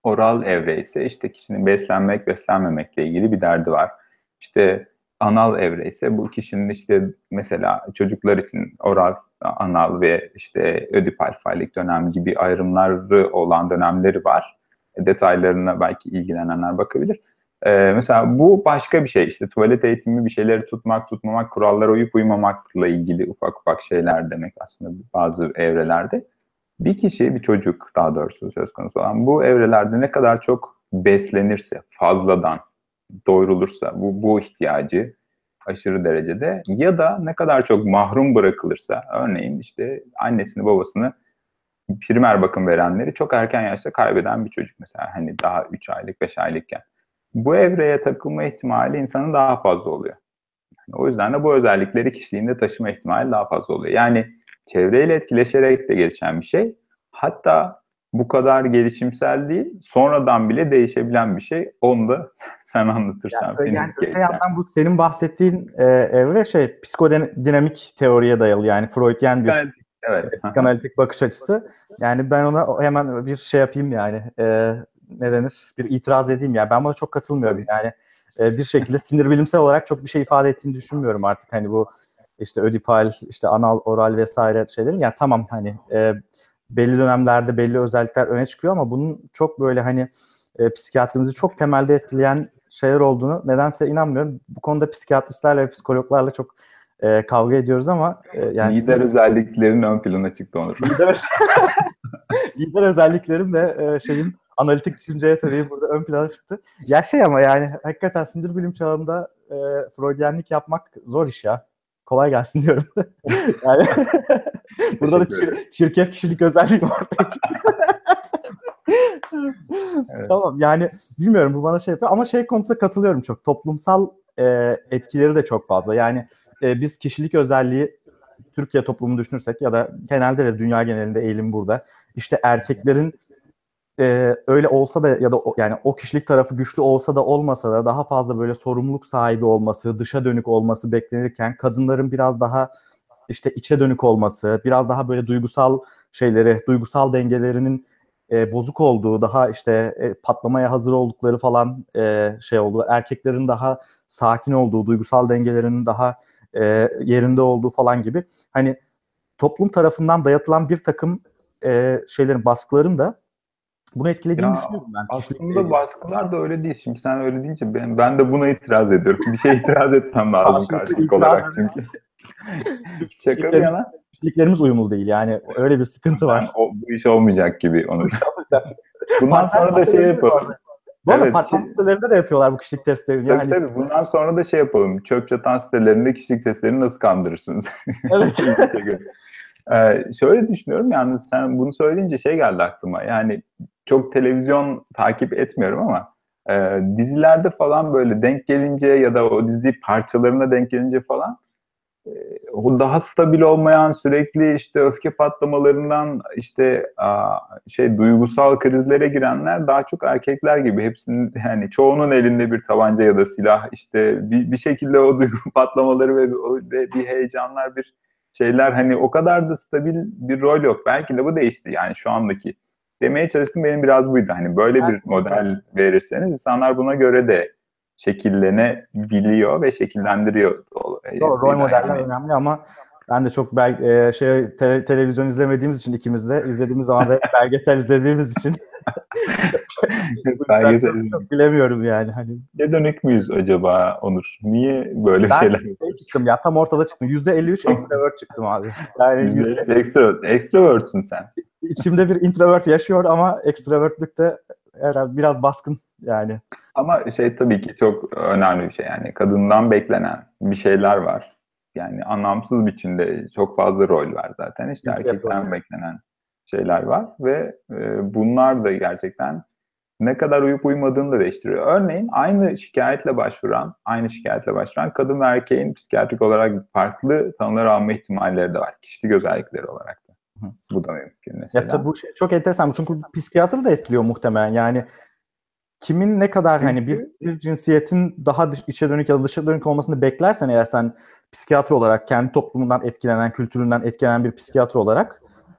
Oral evre ise işte kişinin beslenmek, beslenmemekle ilgili bir derdi var. İşte anal evre ise bu kişinin işte mesela çocuklar için oral, anal ve işte ödipal falik dönem gibi ayrımları olan dönemleri var. Detaylarına belki ilgilenenler bakabilir. Mesela bu başka bir şey. İşte tuvalet eğitimi, bir şeyleri tutmak, tutmamak, kurallara uyup uymamakla ilgili ufak ufak şeyler demek aslında bazı evrelerde. Bir kişi, bir çocuk daha doğrusu söz konusu olan bu evrelerde ne kadar çok beslenirse, fazladan doyurulursa bu ihtiyacı aşırı derecede ya da ne kadar çok mahrum bırakılırsa, örneğin işte annesini babasını primer bakım verenleri çok erken yaşta kaybeden bir çocuk mesela, hani daha 3 aylık 5 aylıkken bu evreye takılma ihtimali insanın daha fazla oluyor. O yüzden de bu özellikleri kişiliğinde taşıma ihtimali daha fazla oluyor. Yani çevreyle etkileşerek de gelişen bir şey. Hatta bu kadar gelişimsel değil, sonradan bile değişebilen bir şey. Onu da sen anlatırsan. Yani öte yandan bu senin bahsettiğin evre psikodinamik teoriye dayalı, yani Freudyen bir evet. psikanalitik bakış açısı. Yani ben ona hemen bir şey yapayım yani, ne denir, bir itiraz edeyim yani. Ben buna çok katılmıyorum yani. Bir şekilde sinir bilimsel olarak çok bir şey ifade ettiğini düşünmüyorum artık, hani bu işte ödipal, işte anal, oral vesaire şeylerin. Yani tamam, hani belli dönemlerde belli özellikler öne çıkıyor ama bunun çok böyle hani psikiyatrimizi çok temelde etkileyen şeyler olduğunu nedense inanmıyorum. Bu konuda psikiyatristlerle ve psikologlarla çok kavga ediyoruz ama yani lider özelliklerin ön plana çıktı Onur. Lider özelliklerim ve analitik düşünce tabii burada ön plana çıktı. Ya ama yani hakikaten sinir bilim çağında Freudyenlik yapmak zor iş ya. Kolay gelsin diyorum. Yani burada da çirkef kişilik özelliği ortaya çıktı. Evet. Tamam, yani bilmiyorum, bu bana şey yapıyor ama konusunda katılıyorum çok. Toplumsal etkileri de çok fazla. Yani biz kişilik özelliği Türkiye toplumunu düşünürsek ya da genelde de dünya genelinde eğilim burada. İşte erkeklerin öyle olsa da ya da yani o kişilik tarafı güçlü olsa da olmasa da daha fazla böyle sorumluluk sahibi olması, dışa dönük olması beklenirken kadınların biraz daha işte içe dönük olması, biraz daha böyle duygusal dengelerinin bozuk olduğu, daha işte patlamaya hazır oldukları falan oldu. Erkeklerin daha sakin olduğu, duygusal dengelerinin daha yerinde olduğu falan gibi. Hani toplum tarafından dayatılan bir takım baskıların da bunu etkilediğini düşünüyorum ben. Aslında baskılar da öyle değil. Şimdi sen öyle deyince ben de buna itiraz ediyorum. Bir şey itiraz etmem lazım karşılık olarak çünkü. Şaka bir yana. Kişiliklerimiz uyumlu değil. Yani öyle bir sıkıntı var. Bu iş olmayacak gibi onu. Bundan sonra da yapalım. Bu arada part-time sitelerinde de yapıyorlar bu kişilik testlerini. Tabii tabii. Bundan sonra da yapalım. Çöp çatan sitelerinde kişilik testlerini nasıl kandırırsınız? Evet. Şöyle düşünüyorum, yalnız sen bunu söyleyince geldi aklıma. Yani çok televizyon takip etmiyorum ama dizilerde falan böyle denk gelince ya da o dizi parçalarına denk gelince falan o daha stabil olmayan, sürekli işte öfke patlamalarından işte duygusal krizlere girenler daha çok erkekler gibi. Hepsinin, yani çoğunun elinde bir tabanca ya da silah, işte bir şekilde o duygu patlamaları ve bir heyecanlar, bir şeyler, hani o kadar da stabil bir rol yok. Belki de bu değişti yani şu andaki. Demeye çalıştım, benim biraz buydu. Hani böyle bir model verirseniz insanlar buna göre de şekillenebiliyor ve şekillendiriyor. Doğru, rol modeller önemli ama ben de çok televizyon izlemediğimiz için, ikimiz de izlediğimiz zaman da belgesel izlediğimiz için çok bilemiyorum yani. Hani ne dönük müyüz acaba Onur? Niye böyle şeyler yapıyoruz? Çıktım ya, tam ortada çıktım. %53 extrovert çıktım abi. Yani extrovert'sın sen. İçimde bir introvert yaşıyor ama extrovertlük de herhalde biraz baskın yani. Ama tabii ki çok önemli bir şey, yani kadından beklenen bir şeyler var. Yani anlamsız biçimde çok fazla rol var zaten. İşte erkekten beklenen şeyler var ve bunlar da gerçekten ne kadar uyup uymadığını da değiştiriyor. Örneğin aynı şikayetle başvuran kadın ve erkeğin psikiyatrik olarak farklı tanılar alma ihtimalleri de var. Kişilik özellikleri olarak da. Bu da mümkün mesela. Ya tabii bu çok enteresan. Çünkü psikiyatr da etkiliyor muhtemelen. Yani kimin ne kadar hani bir cinsiyetin daha içe dönük ya da dışa dönük olmasını beklersen eğer, sen psikiyatr olarak kendi toplumundan etkilenen, kültüründen etkilenen bir psikiyatr olarak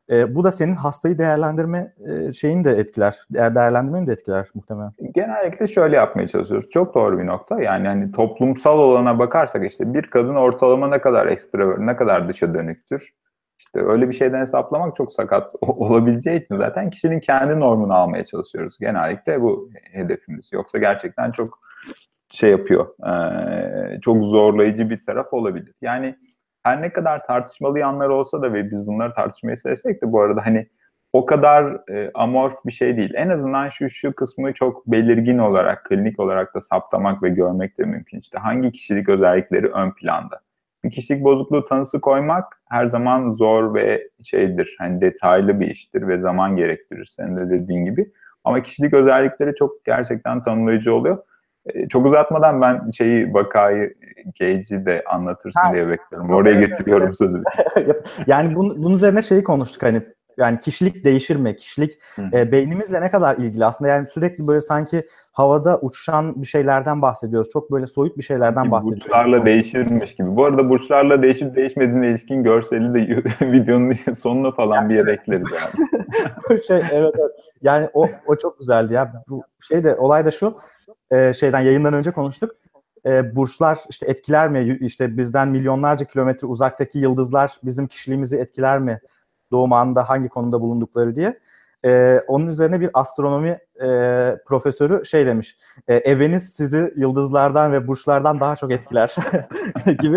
Bu da senin hastayı değerlendirme şeyini de etkiler. Değerlendirmeni de etkiler muhtemelen. Genellikle şöyle yapmaya çalışıyoruz. Çok doğru bir nokta. Yani hani toplumsal olana bakarsak işte bir kadın ortalama ne kadar ekstravert, ne kadar dışa dönüktür. İşte öyle bir şeyden hesaplamak çok sakat olabileceği için zaten kişinin kendi normunu almaya çalışıyoruz. Genellikle bu hedefimiz. Yoksa gerçekten çok şey yapıyor. Çok zorlayıcı bir taraf olabilir. Yani her ne kadar tartışmalı yanlar olsa da ve biz bunları tartışmayı sevsek de bu arada hani o kadar amorf bir şey değil. En azından şu kısmı çok belirgin olarak, klinik olarak da saptamak ve görmek de mümkün. İşte hangi kişilik özellikleri ön planda. Bir kişilik bozukluğu tanısı koymak her zaman zor ve şeydir. Hani detaylı bir iştir ve zaman gerektirir senin de dediğin gibi. Ama kişilik özellikleri çok gerçekten tanımlayıcı oluyor. Çok uzatmadan ben vakayı, Gage'i de anlatırsın diye bekliyorum. Oraya getiriyorum sözü. Yani bunun üzerine şeyi konuştuk hani yani kişilik değişir mi? Kişilik beynimizle ne kadar ilgili? Aslında yani sürekli böyle sanki havada uçuşan bir şeylerden bahsediyoruz. Çok böyle soyut bir şeylerden bahsediyoruz. Burçlarla değişirmiş gibi. Bu arada burçlarla değişip değişmediğine ilişkin görseli de videonun sonuna falan bir yere ekleriz yani. Evet. Yani o çok güzeldi ya. Bu olay da şu. Şeyden yayından önce konuştuk. Burçlar işte etkiler mi? İşte bizden milyonlarca kilometre uzaktaki yıldızlar bizim kişiliğimizi etkiler mi? Doğum anında hangi konuda bulundukları diye. Onun üzerine bir astronomi profesörü şey demiş. Eveniz sizi yıldızlardan ve burçlardan daha çok etkiler gibi.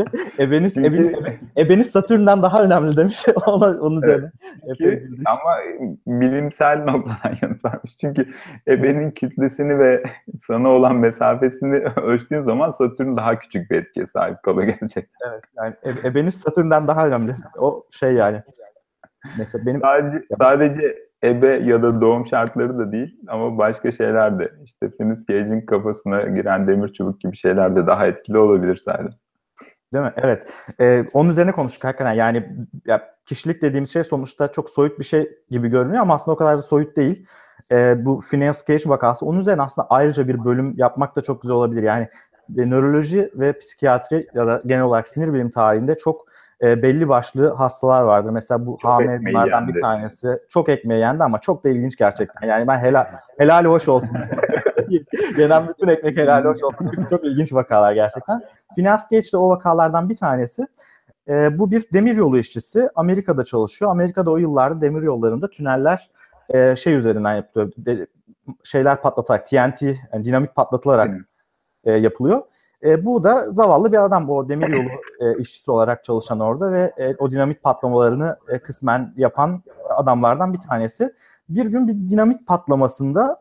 Ebeniz Satürn'den daha önemli demiş. Onun üzerine. Ama bilimsel noktadan yanıt vermiş. Çünkü ebenin kütlesini ve sana olan mesafesini ölçtüğün zaman Satürn daha küçük bir etkiye sahip kalıyor gerçekten. Evet, yani ebeniz Satürn'den daha önemli. O şey yani. Mesela benim sadece ebe ya da doğum şartları da değil ama başka şeyler de. İşte Phineas Gage'in kafasına giren demir çubuk gibi şeyler de daha etkili olabilir sadece. Değil mi? Evet. Onun üzerine konuştuk hakikaten. Yani ya, kişilik dediğimiz şey sonuçta çok soyut bir şey gibi görünüyor ama aslında o kadar da soyut değil. Bu Phineas Gage vakası. Onun üzerine aslında ayrıca bir bölüm yapmak da çok güzel olabilir. Yani nöroloji ve psikiyatri ya da genel olarak sinir bilim tarihinde çok belli başlı hastalar vardır. Mesela bu Hame bunlardan bir tanesi. Çok ekmeği yendi ama çok da ilginç gerçekten. Yani ben helal hoş olsun. Yenen bütün ekmek helal hoş olsun. Çünkü çok ilginç vakalar gerçekten. Phineas Gage de o vakalardan bir tanesi. Bu bir demiryolu işçisi. Amerika'da çalışıyor. Amerika'da o yıllarda demiryollarında tüneller üzerinden yapılıyor. Şeyler patlatarak, TNT, yani dinamit patlatılarak yapılıyor. Bu da zavallı bir adam. O demiryolu işçisi olarak çalışan orada ve o dinamit patlamalarını kısmen yapan adamlardan bir tanesi. Bir gün bir dinamit patlamasında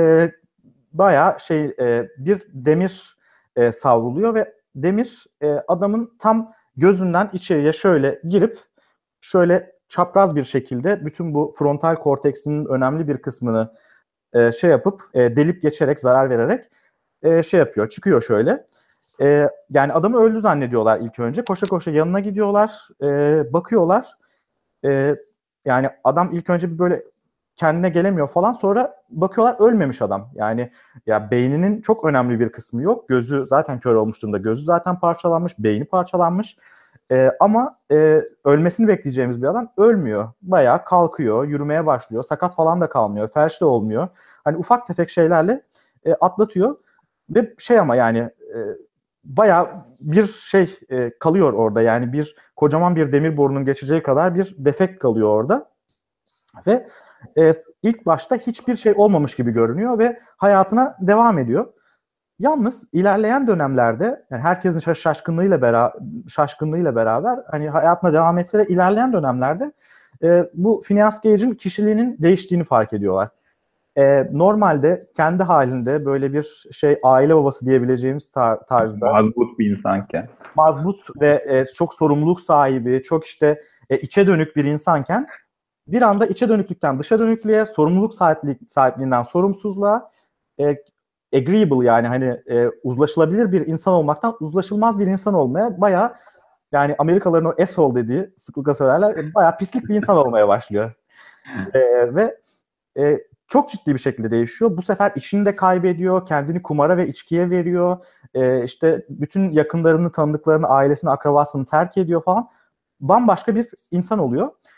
bayağı bir demir savruluyor ve demir adamın tam gözünden içeriye şöyle girip şöyle çapraz bir şekilde bütün bu frontal korteksinin önemli bir kısmını delip geçerek, zarar vererek yapıyor, çıkıyor şöyle. Yani adamı öldü zannediyorlar ilk önce. Koşa koşa yanına gidiyorlar, bakıyorlar. Yani adam ilk önce bir böyle kendine gelemiyor falan. Sonra bakıyorlar ölmemiş adam. Yani ya beyninin çok önemli bir kısmı yok. Gözü zaten kör olmuş durumda. Gözü zaten parçalanmış, beyni parçalanmış. Ama ölmesini bekleyeceğimiz bir adam ölmüyor. Bayağı kalkıyor, yürümeye başlıyor. Sakat falan da kalmıyor, felç de olmuyor. Hani ufak tefek şeylerle atlatıyor. Ve ama yani bayağı bir kalıyor orada. Yani kocaman bir demir borunun geçeceği kadar bir defekt kalıyor orada. Ve ilk başta hiçbir şey olmamış gibi görünüyor ve hayatına devam ediyor. Yalnız ilerleyen dönemlerde yani herkesin şaşkınlığıyla beraber hani hayatına devam etse de ilerleyen dönemlerde bu Phineas Gage'in kişiliğinin değiştiğini fark ediyorlar. Normalde kendi halinde böyle bir aile babası diyebileceğimiz tarzda mazbut bir insanken, mazbut ve çok sorumluluk sahibi, çok içe dönük bir insanken bir anda içe dönüklükten dışa dönüklüğe, sorumluluk sahipliğinden sorumsuzluğa, agreeable yani hani uzlaşılabilir bir insan olmaktan uzlaşılmaz bir insan olmaya bayağı yani Amerikalıların o asshole dediği sıklıkla söylerler bayağı pislik bir insan olmaya başlıyor. Ve çok ciddi bir şekilde değişiyor. Bu sefer işini de kaybediyor, kendini kumara ve içkiye veriyor. Bütün yakınlarını, tanıdıklarını, ailesini, akrabasını terk ediyor falan. Bambaşka bir insan oluyor.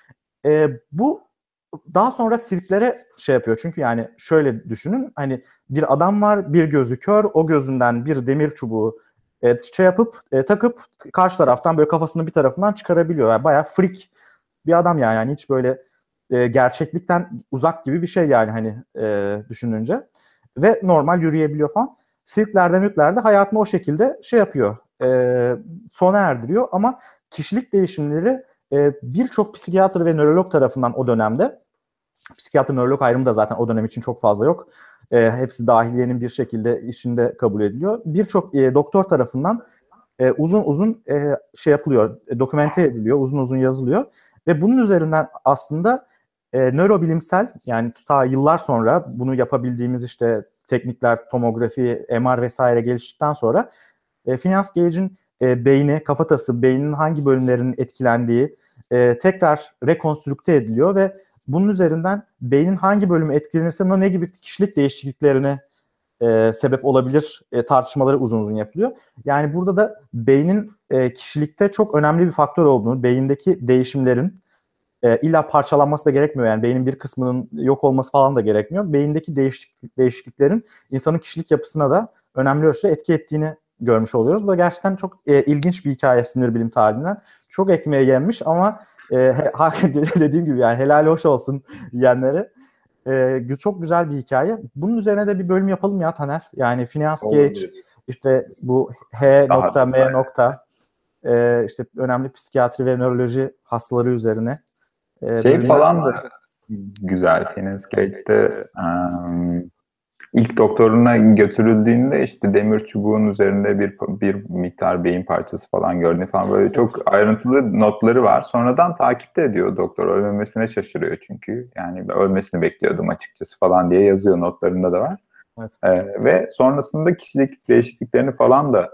Bu daha sonra sirklere şey yapıyor. Çünkü yani şöyle düşünün, hani bir adam var, bir gözü kör, o gözünden bir demir çubuğu şey yapıp takıp karşı taraftan böyle kafasını bir tarafından çıkarabiliyor. Yani bayağı freak bir adam yani. Yani hiç böyle gerçeklikten uzak gibi bir şey yani hani düşününce. Ve normal yürüyebiliyor falan. Sirklerde mütlerde hayatını o şekilde şey yapıyor. Sona erdiriyor ama kişilik değişimleri birçok psikiyatr ve nörolog tarafından o dönemde, psikiyatr nörolog ayrımı da zaten o dönem için çok fazla yok. Hepsi dahiliyenin bir şekilde işinde kabul ediliyor. Birçok doktor tarafından uzun uzun şey yapılıyor, dokümente ediliyor, uzun uzun yazılıyor. Ve bunun üzerinden aslında nörobilimsel, yani ta yıllar sonra bunu yapabildiğimiz işte teknikler, tomografi, MR vesaire geliştikten sonra Phineas Gage'in beyni, kafatası, beyninin hangi bölümlerinin etkilendiği tekrar rekonstrükte ediliyor ve bunun üzerinden beynin hangi bölümü etkilenirse ne gibi kişilik değişikliklerine sebep olabilir tartışmaları uzun uzun yapılıyor. Yani burada da beynin kişilikte çok önemli bir faktör olduğunu, beyindeki değişimlerin illa parçalanması da gerekmiyor. Yani beynin bir kısmının yok olması falan da gerekmiyor. Beyindeki değişikliklerin insanın kişilik yapısına da önemli ölçüde etki ettiğini görmüş oluyoruz. Bu da gerçekten çok ilginç bir hikaye sinir bilim tarihinden. Çok ekmeğe yenmiş ama dediğim gibi yani helal hoş olsun diyenlere. Çok güzel bir hikaye. Bunun üzerine de bir bölüm yapalım ya Taner. Yani Phineas Gage, işte bu H Daha nokta, M detaylı. nokta, işte önemli psikiyatri ve nöroloji hastaları üzerine Şey bölümler. falan da güzel. Phineas Gage'de ilk doktoruna götürüldüğünde işte demir çubuğun üzerinde bir miktar beyin parçası falan gördüğünü falan, böyle çok ayrıntılı notları var. Sonradan takipte ediyor doktor. Ölmemesine şaşırıyor çünkü. Yani ölmesini bekliyordum açıkçası falan diye yazıyor, notlarında da var. Evet. Ve sonrasında kişilik değişikliklerini falan da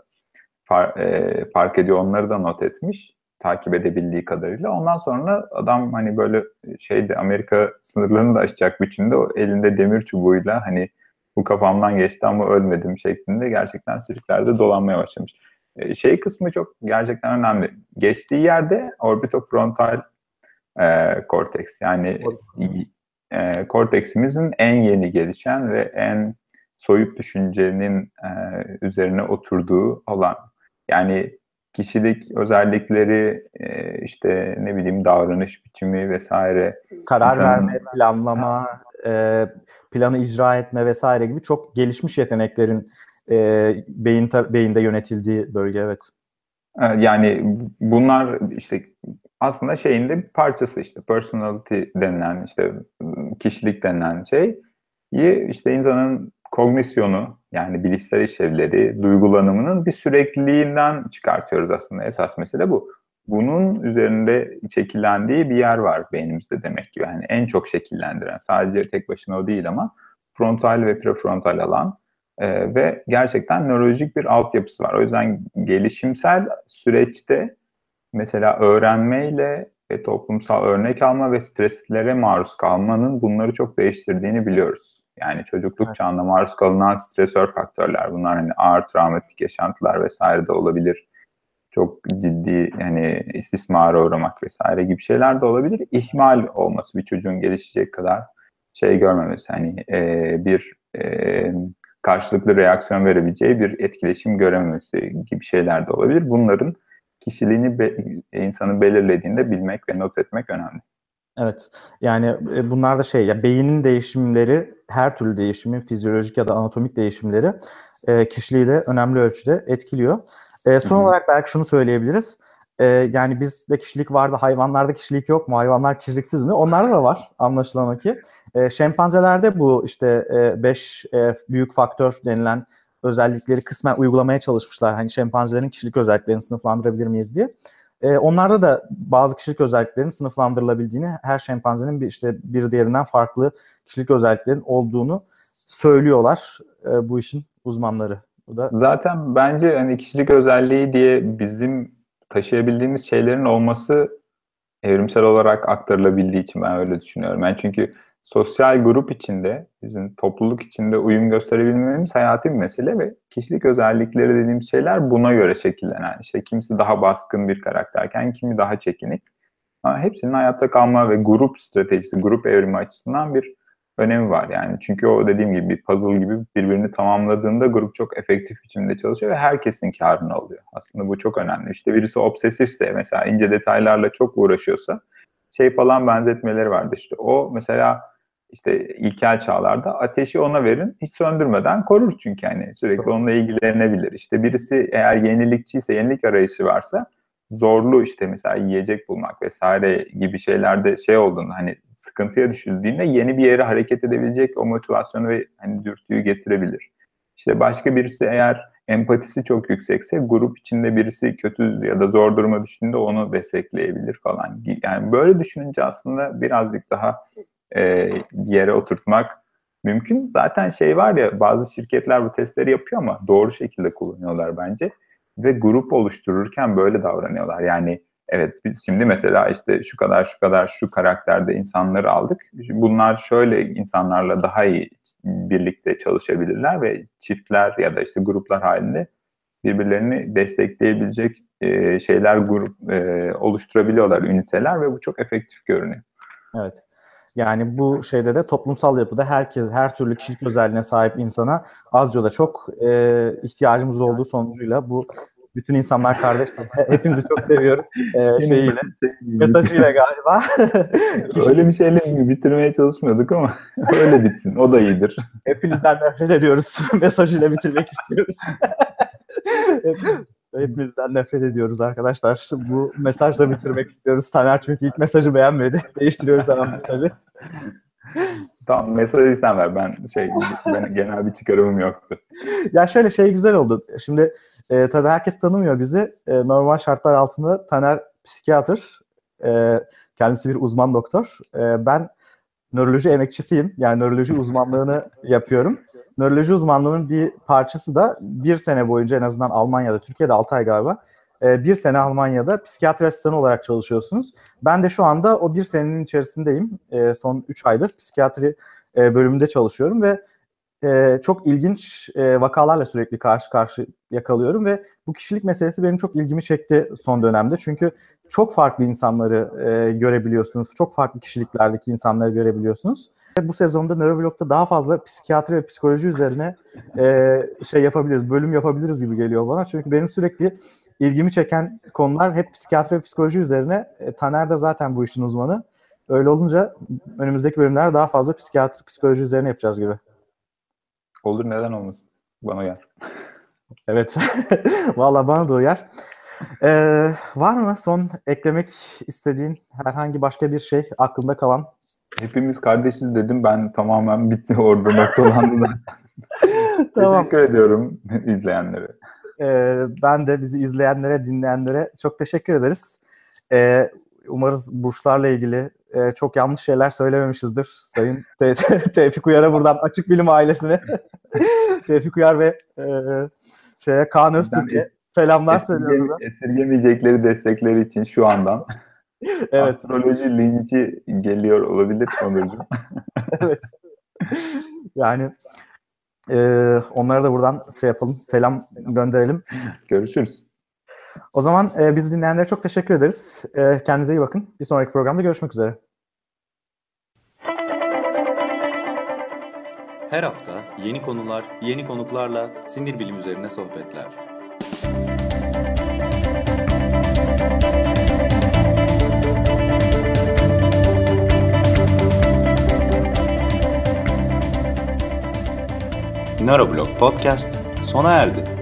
fark ediyor. Onları da not etmiş, takip edebildiği kadarıyla. Ondan sonra adam hani böyle şeyde Amerika sınırlarını da aşacak biçimde o elinde demir çubuğuyla hani bu kafamdan geçti ama ölmedim şeklinde gerçekten sirklerde dolanmaya başlamış. Şey kısmı çok gerçekten önemli. Geçtiği yerde orbitofrontal korteks, yani korteksimizin en yeni gelişen ve en soyut düşüncenin üzerine oturduğu alan. Yani kişilik özellikleri, işte ne bileyim davranış biçimi vesaire, Karar insanın verme, planlama, planı icra etme vesaire gibi çok gelişmiş yeteneklerin beyinde yönetildiği bölge, evet. yani bunlar işte aslında şeyin de bir parçası, işte personality denilen, işte kişilik denilen şey, işte insanın kognisyonu, yani bilişsel işlevleri, duygulanımının bir sürekliliğinden çıkartıyoruz aslında. Esas mesele bu. Bunun üzerinde şekillendiği bir yer var beynimizde demek ki. Yani en çok şekillendiren, sadece tek başına o değil ama frontal ve prefrontal alan. Ve gerçekten nörolojik bir altyapısı var. O yüzden gelişimsel süreçte mesela öğrenmeyle ve toplumsal örnek alma ve streslere maruz kalmanın bunları çok değiştirdiğini biliyoruz. Yani çocukluk Evet. çağında maruz kalınan stresör faktörler, bunlar hani ağır travmatik yaşantılar vesaire de olabilir. Çok ciddi yani istismara uğramak vesaire gibi şeyler de olabilir. İhmal olması, bir çocuğun gelişecek kadar şey görmemesi, hani bir karşılıklı reaksiyon verebileceği bir etkileşim görememesi gibi şeyler de olabilir. Bunların kişiliğini insanın belirlediğinde bilmek ve not etmek önemli. Evet. Yani bunlar da şey ya, beynin değişimleri, her türlü değişimi, fizyolojik ya da anatomik değişimleri kişiliği de önemli ölçüde etkiliyor. Son olarak belki şunu söyleyebiliriz. Yani bizde kişilik vardı, hayvanlarda kişilik yok mu? Hayvanlar kişiliksiz mi? Onlarda da var, anlaşılan o ki. Şempanzelerde bu işte 5 büyük faktör denilen özellikleri kısmen uygulamaya çalışmışlar. Hani şempanzelerin kişilik özelliklerini sınıflandırabilir miyiz diye. Onlarda da bazı kişilik özelliklerinin sınıflandırılabildiğini, her şempanzenin bir diğerinden farklı kişilik özelliklerinin olduğunu söylüyorlar bu işin uzmanları. Bu da Zaten bence hani kişilik özelliği diye bizim taşıyabildiğimiz şeylerin olması evrimsel olarak aktarılabildiği için ben öyle düşünüyorum. Yani çünkü sosyal grup içinde, bizim topluluk içinde uyum gösterebilmemiz hayati bir mesele ve kişilik özellikleri dediğimiz şeyler buna göre şekillenen. İşte kimisi daha baskın bir karakterken kimi daha çekinik. Ama hepsinin hayatta kalma ve grup stratejisi, grup evrimi açısından bir önemi var yani. Çünkü o dediğim gibi bir puzzle gibi birbirini tamamladığında grup çok efektif biçimde çalışıyor ve herkesin kârına oluyor. Aslında bu çok önemli. İşte birisi obsesifse, mesela ince detaylarla çok uğraşıyorsa falan benzetmeleri vardı işte. O mesela işte ilkel çağlarda ateşi ona verin, hiç söndürmeden korur çünkü hani sürekli onunla ilgilenebilir. İşte birisi eğer yenilikçiyse, yenilik arayışı varsa zorlu işte mesela yiyecek bulmak vesaire gibi şeylerde olduğunda hani sıkıntıya düşüldüğünde yeni bir yere hareket edebilecek o motivasyonu ve hani dürtüyü getirebilir. İşte başka birisi eğer empatisi çok yüksekse grup içinde birisi kötü ya da zor duruma düştüğünde onu destekleyebilir falan. Yani böyle düşününce aslında birazcık daha yere oturtmak mümkün. Zaten var ya, bazı şirketler bu testleri yapıyor ama doğru şekilde kullanıyorlar bence. Ve grup oluştururken böyle davranıyorlar. Yani evet, biz şimdi mesela işte şu kadar şu karakterde insanları aldık. Bunlar şöyle insanlarla daha iyi birlikte çalışabilirler ve çiftler ya da işte gruplar halinde birbirlerini destekleyebilecek grup oluşturabiliyorlar, üniteler ve bu çok efektif görünüyor. Evet. Yani bu şeyde de toplumsal yapıda herkes, her türlü kişilik özelliğine sahip insana azca da çok ihtiyacımız olduğu sonucuyla bu bütün insanlar kardeş. Hepinizi çok seviyoruz mesajıyla galiba. Öyle bir şeyle bitirmeye çalışmıyorduk ama öyle bitsin. O da iyidir. Hepinizden nefret ediyoruz mesajıyla bitirmek istiyoruz. Hepinizden nefret ediyoruz arkadaşlar. Bu mesajla bitirmek istiyoruz. Taner çünkü ilk mesajı beğenmedi. Değiştiriyoruz hemen mesajı. Tamam, mesajı sen ver. Ben genel bir çıkarımım yoktu. Ya şöyle güzel oldu. Şimdi tabii herkes tanımıyor bizi. Normal şartlar altında Taner psikiyatr. Kendisi bir uzman doktor. Ben nöroloji emekçisiyim. Yani nöroloji uzmanlığını yapıyorum. Nöroloji uzmanlığının bir parçası da bir sene boyunca en azından Almanya'da, Türkiye'de 6 ay galiba, bir sene Almanya'da psikiyatri asistanı olarak çalışıyorsunuz. Ben de şu anda o bir senenin içerisindeyim. Son 3 aydır psikiyatri bölümünde çalışıyorum ve çok ilginç vakalarla sürekli karşı karşı yakalıyorum ve bu kişilik meselesi benim çok ilgimi çekti son dönemde. Çünkü çok farklı insanları görebiliyorsunuz. Çok farklı kişiliklerdeki insanları görebiliyorsunuz. Bu sezonda Nöroblog'da daha fazla psikiyatri ve psikoloji üzerine yapabiliriz, bölüm yapabiliriz gibi geliyor bana. Çünkü benim sürekli ilgimi çeken konular hep psikiyatri ve psikoloji üzerine. Taner de zaten bu işin uzmanı. Öyle olunca önümüzdeki bölümler daha fazla psikiyatri, psikoloji üzerine yapacağız gibi. Olur, neden olmasın? Bana uyar. Evet. Vallahi bana da uyar. Var mı son eklemek istediğin herhangi başka bir şey aklında kalan? Hepimiz kardeşiz dedim. Ben tamamen bitti orada, noktalandı da. Tamam. Teşekkür ediyorum izleyenlere. Ben de bizi izleyenlere, dinleyenlere çok teşekkür ederiz. Umarız burçlarla ilgili çok yanlış şeyler söylememişizdir. Sayın Tevfik Uyar'a buradan Açık Bilim ailesine Tevfik Uyar ve Kaan Öztürk'e selamlar söylüyorum. Esirgemeyecekleri destekleri için şu andan. Evet. Astroloji linci geliyor olabilir Onurcuğum. Evet. Yani onlara da buradan yapalım. Selam gönderelim. Görüşürüz. O zaman bizi dinleyenlere çok teşekkür ederiz. Kendinize iyi bakın. Bir sonraki programda görüşmek üzere. Her hafta yeni konular, yeni konuklarla sinir bilim üzerine sohbetler. Nöroblog Podcast sona erdi.